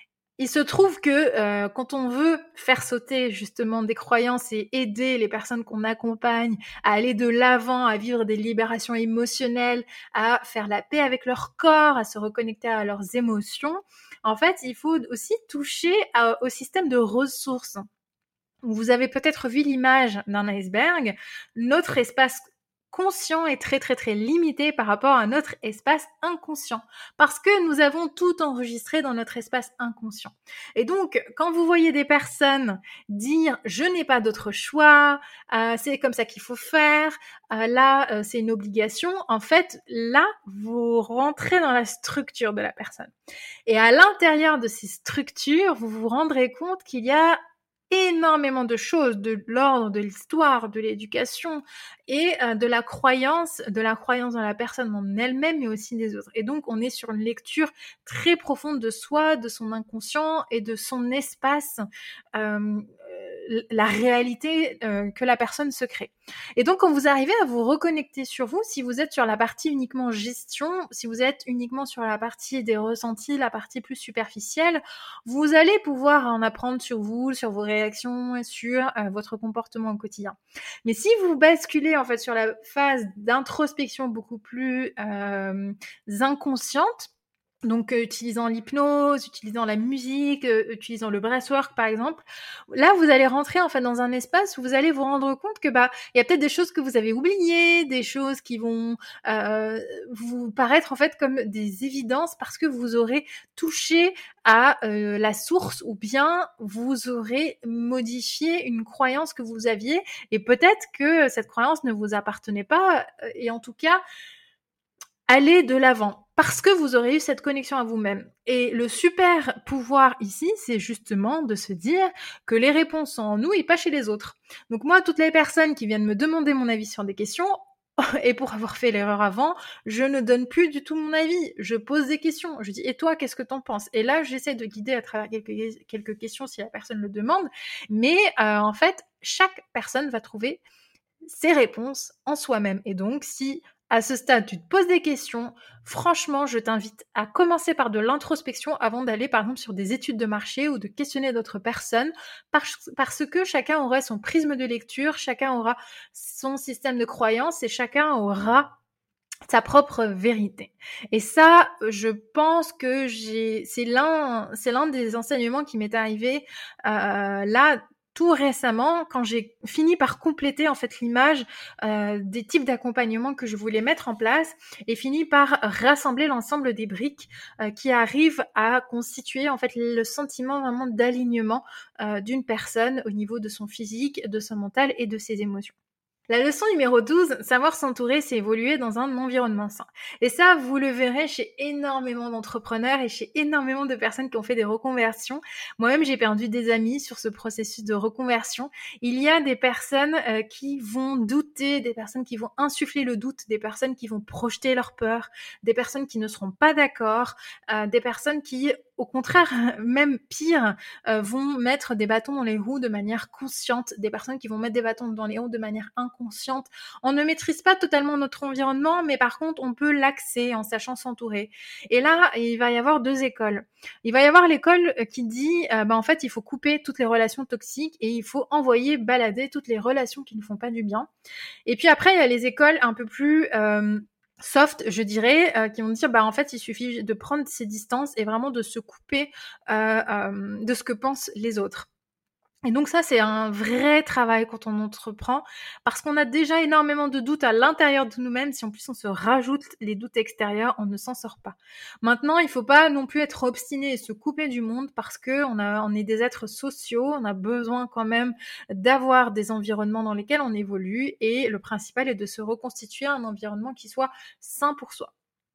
Il se trouve que euh, quand on veut faire sauter justement des croyances et aider les personnes qu'on accompagne à aller de l'avant, à vivre des libérations émotionnelles, à faire la paix avec leur corps, à se reconnecter à leurs émotions, en fait, il faut aussi toucher à, au système de ressources. Vous avez peut-être vu l'image d'un iceberg. Notre espace conscient est très très très limité par rapport à notre espace inconscient parce que nous avons tout enregistré dans notre espace inconscient. Et donc, quand vous voyez des personnes dire « je n'ai pas d'autre choix, euh, c'est comme ça qu'il faut faire, euh, là euh, c'est une obligation », en fait, là, vous rentrez dans la structure de la personne. Et à l'intérieur de ces structures, vous vous rendrez compte qu'il y a énormément de choses de l'ordre de l'histoire, de l'éducation et euh, de la croyance, de la croyance dans la personne en elle-même mais aussi des autres. Et donc on est sur une lecture très profonde de soi, de son inconscient et de son espace, euh, la réalité euh, que la personne se crée. Et donc quand vous arrivez à vous reconnecter sur vous, si vous êtes sur la partie uniquement gestion, si vous êtes uniquement sur la partie des ressentis, la partie plus superficielle, vous allez pouvoir en apprendre sur vous, sur vos réactions et sur euh, votre comportement au quotidien. Mais si vous basculez en fait sur la phase d'introspection beaucoup plus euh, inconsciente, donc euh, utilisant l'hypnose, utilisant la musique, euh, utilisant le breathwork par exemple, là vous allez rentrer en fait dans un espace où vous allez vous rendre compte que bah il y a peut-être des choses que vous avez oubliées, des choses qui vont euh, vous paraître en fait comme des évidences parce que vous aurez touché à euh, la source ou bien vous aurez modifié une croyance que vous aviez et peut-être que cette croyance ne vous appartenait pas et en tout cas allez de l'avant parce que vous aurez eu cette connexion à vous-même. Et le super pouvoir ici, c'est justement de se dire que les réponses sont en nous et pas chez les autres. Donc moi, toutes les personnes qui viennent me demander mon avis sur des questions, et pour avoir fait l'erreur avant, je ne donne plus du tout mon avis. Je pose des questions. Je dis, et toi, qu'est-ce que t'en penses? Et là, j'essaie de guider à travers quelques, quelques questions si la personne le demande. Mais euh, en fait, chaque personne va trouver ses réponses en soi-même. Et donc, si à ce stade, tu te poses des questions, franchement, je t'invite à commencer par de l'introspection avant d'aller, par exemple, sur des études de marché ou de questionner d'autres personnes, parce, parce que chacun aura son prisme de lecture, chacun aura son système de croyance et chacun aura sa propre vérité. Et ça, je pense que j'ai, c'est l'un, c'est l'un des enseignements qui m'est arrivé euh, là, tout récemment, quand j'ai fini par compléter en fait l'image euh, des types d'accompagnement que je voulais mettre en place et fini par rassembler l'ensemble des briques euh, qui arrivent à constituer en fait le sentiment vraiment d'alignement euh, d'une personne au niveau de son physique, de son mental et de ses émotions. La leçon numéro douze, savoir s'entourer, c'est évoluer dans un environnement sain. Et ça, vous le verrez chez énormément d'entrepreneurs et chez énormément de personnes qui ont fait des reconversions. Moi-même, j'ai perdu des amis sur ce processus de reconversion. Il y a des personnes euh, qui vont douter, des personnes qui vont insuffler le doute, des personnes qui vont projeter leur peur, des personnes qui ne seront pas d'accord, euh, des personnes qui, au contraire, même pire, euh, vont mettre des bâtons dans les roues de manière consciente, des personnes qui vont mettre des bâtons dans les roues de manière inconsciente. Consciente. On ne maîtrise pas totalement notre environnement, mais par contre, on peut l'axer en sachant s'entourer. Et là, il va y avoir deux écoles. Il va y avoir l'école qui dit, euh, bah, en fait, il faut couper toutes les relations toxiques et il faut envoyer balader toutes les relations qui ne font pas du bien. Et puis après, il y a les écoles un peu plus euh, soft, je dirais, euh, qui vont dire, bah en fait, il suffit de prendre ses distances et vraiment de se couper euh, euh, de ce que pensent les autres. Et donc ça, c'est un vrai travail quand on entreprend, parce qu'on a déjà énormément de doutes à l'intérieur de nous-mêmes. Si en plus on se rajoute les doutes extérieurs, on ne s'en sort pas. Maintenant, il faut pas non plus être obstiné et se couper du monde, parce que on a, on est des êtres sociaux, on a besoin quand même d'avoir des environnements dans lesquels on évolue, et le principal est de se reconstituer un environnement qui soit sain pour soi.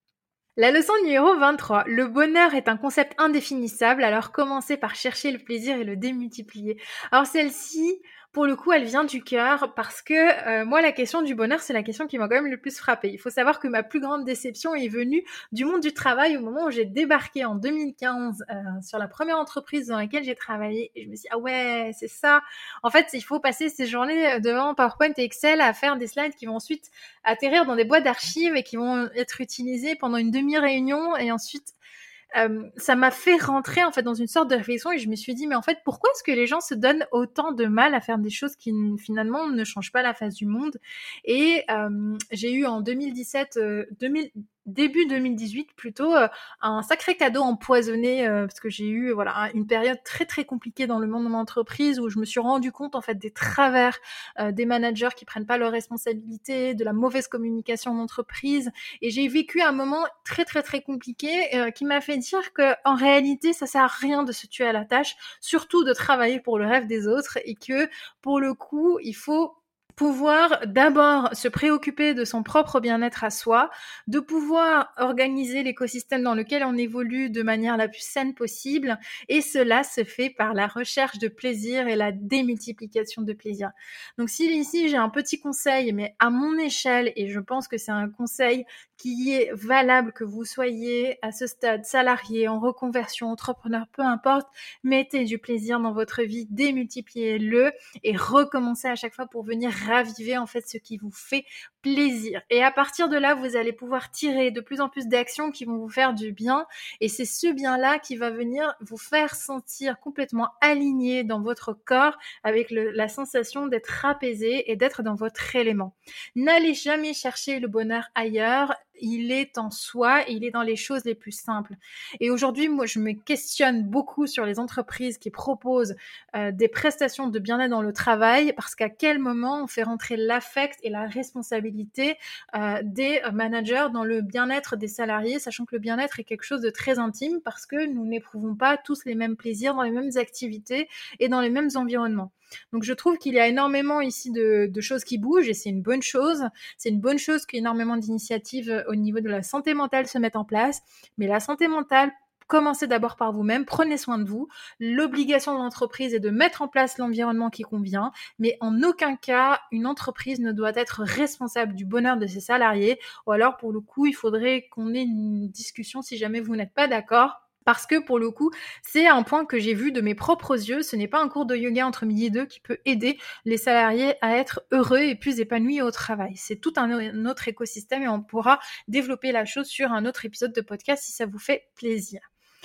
La leçon numéro vingt-trois. Le bonheur est un concept indéfinissable, alors commencez par chercher le plaisir et le démultiplier. Alors celle-ci, pour le coup, elle vient du cœur parce que euh, moi, la question du bonheur, c'est la question qui m'a quand même le plus frappée. Il faut savoir que ma plus grande déception est venue du monde du travail au moment où j'ai débarqué en deux mille quinze euh, sur la première entreprise dans laquelle j'ai travaillé. Et je me suis dit, ah ouais, c'est ça. En fait, il faut passer ces journées devant PowerPoint et Excel à faire des slides qui vont ensuite atterrir dans des boîtes d'archives et qui vont être utilisées pendant une demi-réunion et ensuite euh, ça m'a fait rentrer en fait dans une sorte de réflexion et je me suis dit mais en fait pourquoi est-ce que les gens se donnent autant de mal à faire des choses qui finalement ne changent pas la face du monde. Et euh, j'ai eu en deux mille dix-sept euh, deux mille début deux mille dix-huit plutôt euh, un sacré cadeau empoisonné euh, parce que j'ai eu voilà une période très très compliquée dans le monde de mon entreprise où je me suis rendu compte en fait des travers euh, des managers qui prennent pas leurs responsabilités, de la mauvaise communication en entreprise, et j'ai vécu un moment très très très compliqué euh, qui m'a fait dire que en réalité ça sert à rien de se tuer à la tâche, surtout de travailler pour le rêve des autres, et que pour le coup il faut pouvoir d'abord se préoccuper de son propre bien-être à soi, de pouvoir organiser l'écosystème dans lequel on évolue de manière la plus saine possible, et cela se fait par la recherche de plaisir et la démultiplication de plaisir. Donc si ici j'ai un petit conseil, mais à mon échelle, et je pense que c'est un conseil qui est valable que vous soyez à ce stade salarié, en reconversion, entrepreneur, peu importe, mettez du plaisir dans votre vie, démultipliez-le et recommencez à chaque fois pour venir raviver en fait ce qui vous fait plaisir. Et à partir de là, vous allez pouvoir tirer de plus en plus d'actions qui vont vous faire du bien, et c'est ce bien-là qui va venir vous faire sentir complètement aligné dans votre corps avec le, la sensation d'être apaisé et d'être dans votre élément. N'allez jamais chercher le bonheur ailleurs, il est en soi et il est dans les choses les plus simples. Et aujourd'hui, moi, je me questionne beaucoup sur les entreprises qui proposent euh, des prestations de bien-être dans le travail, parce qu'à quel moment on fait rentrer l'affect et la responsabilité euh, des managers dans le bien-être des salariés, sachant que le bien-être est quelque chose de très intime, parce que nous n'éprouvons pas tous les mêmes plaisirs dans les mêmes activités et dans les mêmes environnements. Donc je trouve qu'il y a énormément ici de, de choses qui bougent, et c'est une bonne chose. C'est une bonne chose qu'énormément d'initiatives au niveau de la santé mentale se mettent en place. Mais la santé mentale, commencez d'abord par vous-même, prenez soin de vous. L'obligation de l'entreprise est de mettre en place l'environnement qui convient, mais en aucun cas, une entreprise ne doit être responsable du bonheur de ses salariés, ou alors pour le coup, il faudrait qu'on ait une discussion si jamais vous n'êtes pas d'accord. Parce que pour le coup, c'est un point que j'ai vu de mes propres yeux. Ce n'est pas un cours de yoga entre midi et deux qui peut aider les salariés à être heureux et plus épanouis au travail. C'est tout un autre écosystème et on pourra développer la chose sur un autre épisode de podcast si ça vous fait plaisir.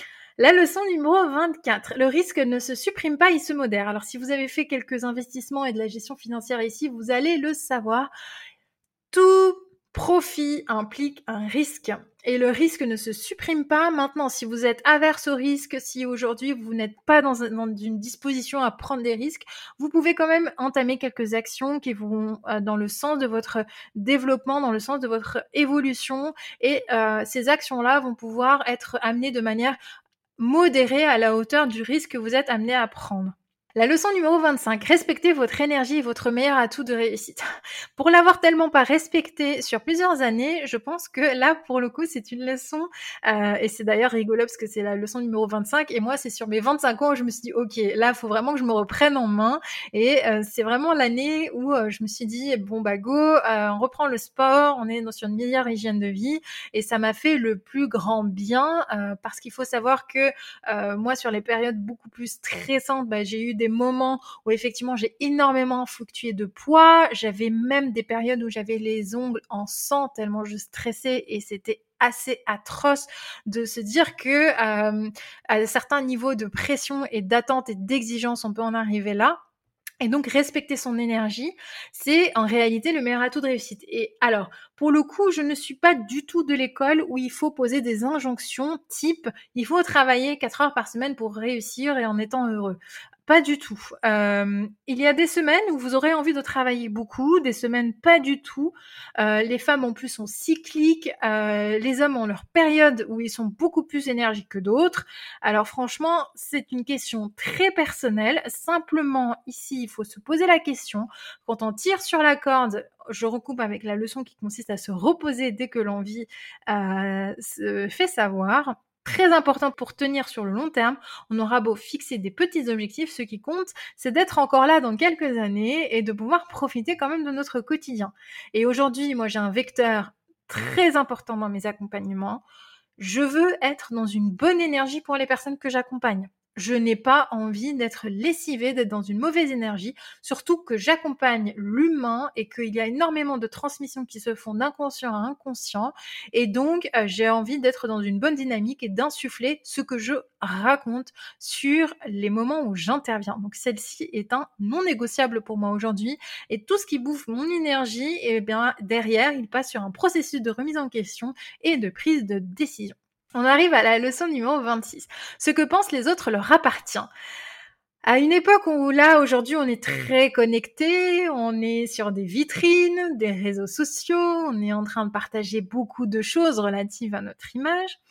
La leçon numéro vingt-quatre. Le risque ne se supprime pas, il se modère. Alors si vous avez fait quelques investissements et de la gestion financière ici, vous allez le savoir. Tout profit implique un risque. Et le risque ne se supprime pas. Maintenant, si vous êtes averse au risque, si aujourd'hui vous n'êtes pas dans, un, dans une disposition à prendre des risques, vous pouvez quand même entamer quelques actions qui vont euh, dans le sens de votre développement, dans le sens de votre évolution. Et euh, ces actions-là vont pouvoir être amenées de manière modérée à la hauteur du risque que vous êtes amené à prendre. La leçon numéro vingt-cinq, respectez votre énergie et votre meilleur atout de réussite. Pour l'avoir tellement pas respecté sur plusieurs années, je pense que là, pour le coup, c'est une leçon, euh, et c'est d'ailleurs rigolo parce que c'est la leçon numéro vingt-cinq, et moi, c'est sur mes vingt-cinq ans où je me suis dit, ok, là, il faut vraiment que je me reprenne en main, et euh, c'est vraiment l'année où euh, je me suis dit, bon, bah go, euh, on reprend le sport, on est sur une meilleure hygiène de vie, et ça m'a fait le plus grand bien, euh, parce qu'il faut savoir que euh, moi, sur les périodes beaucoup plus stressantes, bah, j'ai eu des moments où effectivement j'ai énormément fluctué de poids. J'avais même des périodes où j'avais les ongles en sang tellement je stressais et c'était assez atroce de se dire que euh, à certains niveaux de pression et d'attente et d'exigence, on peut en arriver là. Et donc, respecter son énergie, c'est en réalité le meilleur atout de réussite. Et alors, pour le coup, je ne suis pas du tout de l'école où il faut poser des injonctions type « il faut travailler quatre heures par semaine pour réussir et en étant heureux ». Pas du tout. Euh, il y a des semaines où vous aurez envie de travailler beaucoup, des semaines pas du tout. Euh, les femmes en plus sont cycliques, euh, les hommes ont leur période où ils sont beaucoup plus énergiques que d'autres. Alors franchement, c'est une question très personnelle. Simplement, ici, il faut se poser la question. Quand on tire sur la corde, je recoupe avec la leçon qui consiste à se reposer dès que l'envie euh, se fait savoir. Très important pour tenir sur le long terme. On aura beau fixer des petits objectifs, ce qui compte, c'est d'être encore là dans quelques années et de pouvoir profiter quand même de notre quotidien. Et aujourd'hui, moi, j'ai un vecteur très important dans mes accompagnements. Je veux être dans une bonne énergie pour les personnes que j'accompagne. Je n'ai pas envie d'être lessivée, d'être dans une mauvaise énergie, surtout que j'accompagne l'humain et qu'il y a énormément de transmissions qui se font d'inconscient à inconscient. Et donc, euh, j'ai envie d'être dans une bonne dynamique et d'insuffler ce que je raconte sur les moments où j'interviens. Donc, celle-ci est un non négociable pour moi aujourd'hui. Et tout ce qui bouffe mon énergie, eh bien, derrière, il passe sur un processus de remise en question et de prise de décision. On arrive à la leçon numéro vingt-six. Ce que pensent les autres leur appartient. À une époque où là, aujourd'hui, on est très connecté, on est sur des vitrines, des réseaux sociaux, on est en train de partager beaucoup de choses relatives à notre image.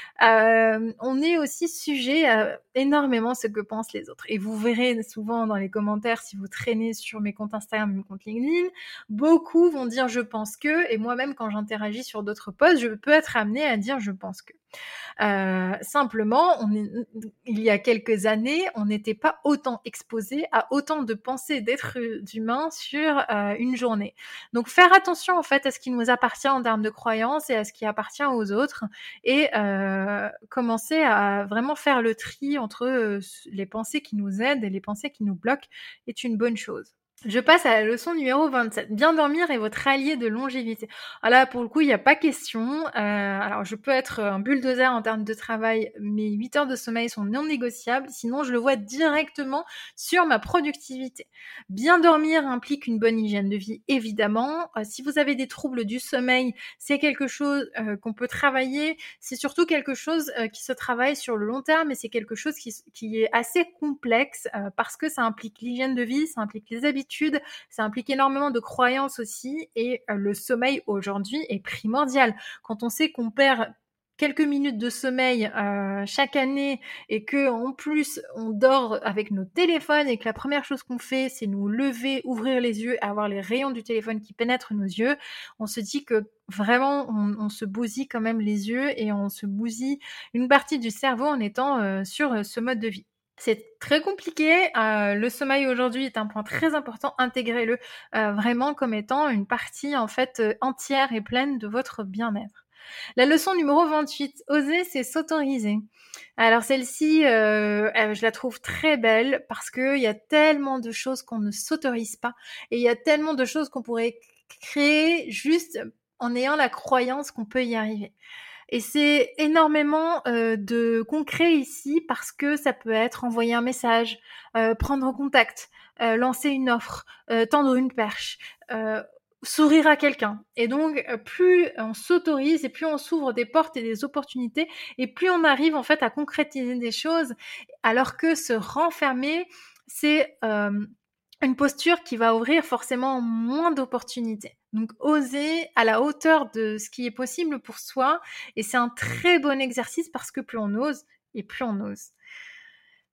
Euh, on est aussi sujet à énormément ce que pensent les autres. Et vous verrez souvent dans les commentaires, si vous traînez sur mes comptes Instagram, mes comptes LinkedIn, beaucoup vont dire « je pense que », et moi-même, quand j'interagis sur d'autres posts, je peux être amenée à dire « je pense que ». Euh, simplement, on est, il y a quelques années, on n'était pas autant exposé à autant de pensées d'êtres humains sur euh, une journée. Donc, faire attention en fait à ce qui nous appartient en termes de croyances et à ce qui appartient aux autres, et euh, commencer à vraiment faire le tri entre euh, les pensées qui nous aident et les pensées qui nous bloquent est une bonne chose. Je passe à la leçon numéro vingt-sept. Bien dormir est votre allié de longévité. Alors là, pour le coup, il n'y a pas question. Euh, alors, je peux être un bulldozer en termes de travail. Mes huit heures de sommeil sont non négociables. Sinon, je le vois directement sur ma productivité. Bien dormir implique une bonne hygiène de vie, évidemment. Euh, si vous avez des troubles du sommeil, c'est quelque chose euh, qu'on peut travailler. C'est surtout quelque chose euh, qui se travaille sur le long terme, et c'est quelque chose qui, qui est assez complexe euh, parce que ça implique l'hygiène de vie, ça implique les habitudes, ça implique énormément de croyances aussi, et euh, le sommeil aujourd'hui est primordial. Quand on sait qu'on perd quelques minutes de sommeil euh, chaque année et que en plus on dort avec nos téléphones et que la première chose qu'on fait c'est nous lever, ouvrir les yeux et avoir les rayons du téléphone qui pénètrent nos yeux, on se dit que vraiment on, on se bousille quand même les yeux et on se bousille une partie du cerveau en étant euh, sur ce mode de vie. C'est très compliqué. Euh, le sommeil aujourd'hui est un point très important. Intégrez-le euh, vraiment comme étant une partie en fait euh, entière et pleine de votre bien-être. La leçon numéro vingt-huit, oser, c'est s'autoriser. Alors celle-ci, euh, je la trouve très belle parce qu'il y a tellement de choses qu'on ne s'autorise pas et il y a tellement de choses qu'on pourrait créer juste en ayant la croyance qu'on peut y arriver. Et c'est énormément euh, de concret ici parce que ça peut être envoyer un message, euh, prendre contact, euh, lancer une offre, euh, tendre une perche, euh, sourire à quelqu'un. Et donc, plus on s'autorise et plus on s'ouvre des portes et des opportunités et plus on arrive en fait à concrétiser des choses, alors que se renfermer, c'est euh, une posture qui va ouvrir forcément moins d'opportunités. Donc, oser à la hauteur de ce qui est possible pour soi. Et c'est un très bon exercice parce que plus on ose, et plus on ose.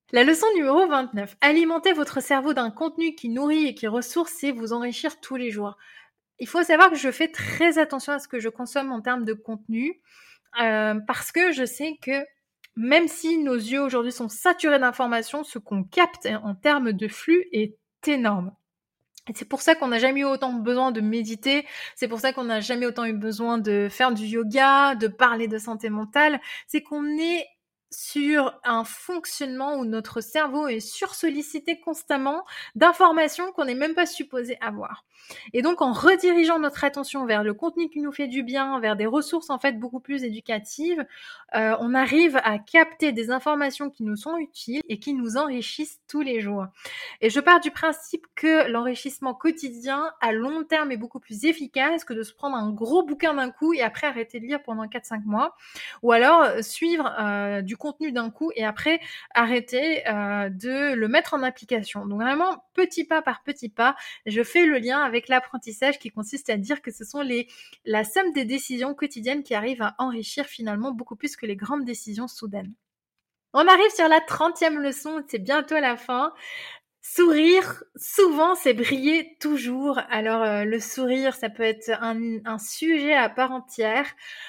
La leçon numéro vingt-neuf. Alimentez votre cerveau d'un contenu qui nourrit et qui ressource et vous enrichir tous les jours. Il faut savoir que je fais très attention à ce que je consomme en termes de contenu euh, parce que je sais que même si nos yeux aujourd'hui sont saturés d'informations, ce qu'on capte en termes de flux est énorme. Et c'est pour ça qu'on n'a jamais eu autant besoin de méditer, c'est pour ça qu'on n'a jamais autant eu besoin de faire du yoga, de parler de santé mentale, c'est qu'on est sur un fonctionnement où notre cerveau est sursollicité constamment d'informations qu'on n'est même pas supposé avoir. Et donc, en redirigeant notre attention vers le contenu qui nous fait du bien, vers des ressources en fait beaucoup plus éducatives, euh, on arrive à capter des informations qui nous sont utiles et qui nous enrichissent tous les jours. Et je pars du principe que l'enrichissement quotidien à long terme est beaucoup plus efficace que de se prendre un gros bouquin d'un coup et après arrêter de lire pendant quatre cinq mois, ou alors suivre euh, du contenu d'un coup et après arrêter euh, de le mettre en application. Donc vraiment, petit pas par petit pas, je fais le lien avec l'apprentissage qui consiste à dire que ce sont les, la somme des décisions quotidiennes qui arrivent à enrichir finalement beaucoup plus que les grandes décisions soudaines. On arrive sur la trentième leçon, c'est bientôt la fin. Sourire, souvent, c'est briller toujours. Alors, euh, le sourire, ça peut être un, un sujet à part entière.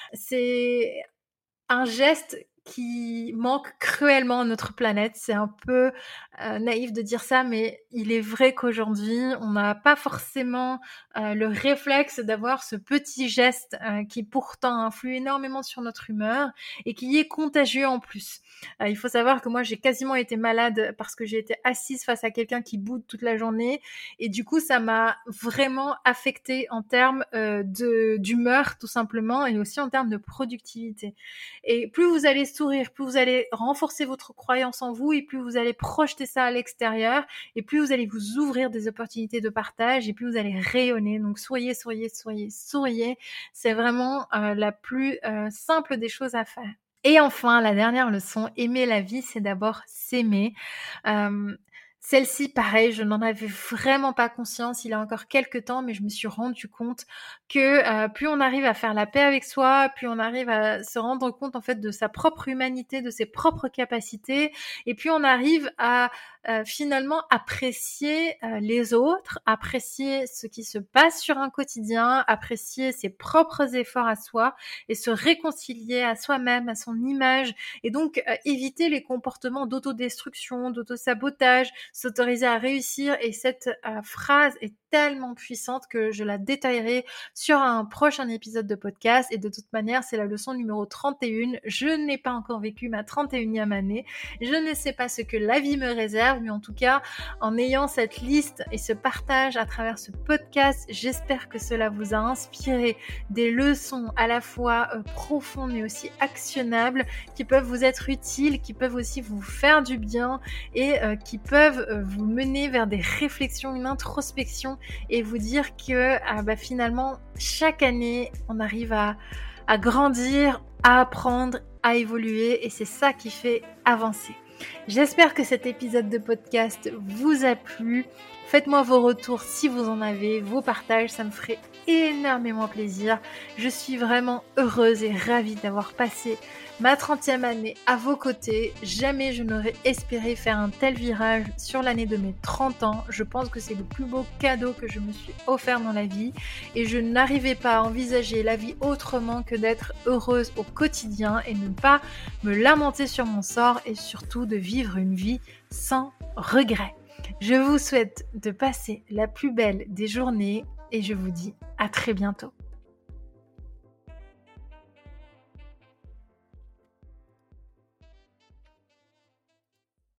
C'est un geste qui manque cruellement à notre planète. C'est un peu euh, naïf de dire ça, mais il est vrai qu'aujourd'hui, on n'a pas forcément euh, le réflexe d'avoir ce petit geste euh, qui pourtant influe énormément sur notre humeur et qui est contagieux en plus. Euh, il faut savoir que moi, j'ai quasiment été malade parce que j'ai été assise face à quelqu'un qui boude toute la journée et du coup, ça m'a vraiment affectée en termes euh, de, d'humeur tout simplement et aussi en termes de productivité. Et plus vous allez sourire, plus vous allez renforcer votre croyance en vous et plus vous allez projeter ça à l'extérieur et plus vous allez vous ouvrir des opportunités de partage et plus vous allez rayonner. Donc souriez, souriez, souriez, souriez. C'est vraiment euh, la plus euh, simple des choses à faire. Et enfin, la dernière leçon, aimer la vie, c'est d'abord s'aimer. Euh, Celle-ci, pareil, je n'en avais vraiment pas conscience il y a encore quelques temps, mais je me suis rendu compte que euh, plus on arrive à faire la paix avec soi, plus on arrive à se rendre compte en fait de sa propre humanité, de ses propres capacités, et puis on arrive à euh, finalement apprécier euh, les autres, apprécier ce qui se passe sur un quotidien, apprécier ses propres efforts à soi et se réconcilier à soi-même, à son image, et donc euh, éviter les comportements d'autodestruction, d'autosabotage, s'autoriser à réussir. Et cette euh, phrase est tellement puissante que je la détaillerai sur un prochain épisode de podcast. Et de toute manière, c'est la leçon numéro trente et un. Je n'ai pas encore vécu ma trente et unième année. Je ne sais pas ce que la vie me réserve, mais en tout cas, en ayant cette liste et ce partage à travers ce podcast, j'espère que cela vous a inspiré des leçons à la fois euh, profondes mais aussi actionnables, qui peuvent vous être utiles, qui peuvent aussi vous faire du bien et euh, qui peuvent euh, vous mener vers des réflexions, une introspection et vous dire que ah bah, finalement, chaque année, on arrive à, à grandir, à apprendre, à évoluer et c'est ça qui fait avancer. J'espère que cet épisode de podcast vous a plu. Faites-moi vos retours si vous en avez, vos partages, ça me ferait énormément plaisir. Je suis vraiment heureuse et ravie d'avoir passé ma trentième année à vos côtés. Jamais je n'aurais espéré faire un tel virage sur l'année de mes trente ans. Je pense que c'est le plus beau cadeau que je me suis offert dans la vie et je n'arrivais pas à envisager la vie autrement que d'être heureuse au quotidien et ne pas me lamenter sur mon sort et surtout de vivre une vie sans regret. Je vous souhaite de passer la plus belle des journées et je vous dis à très bientôt.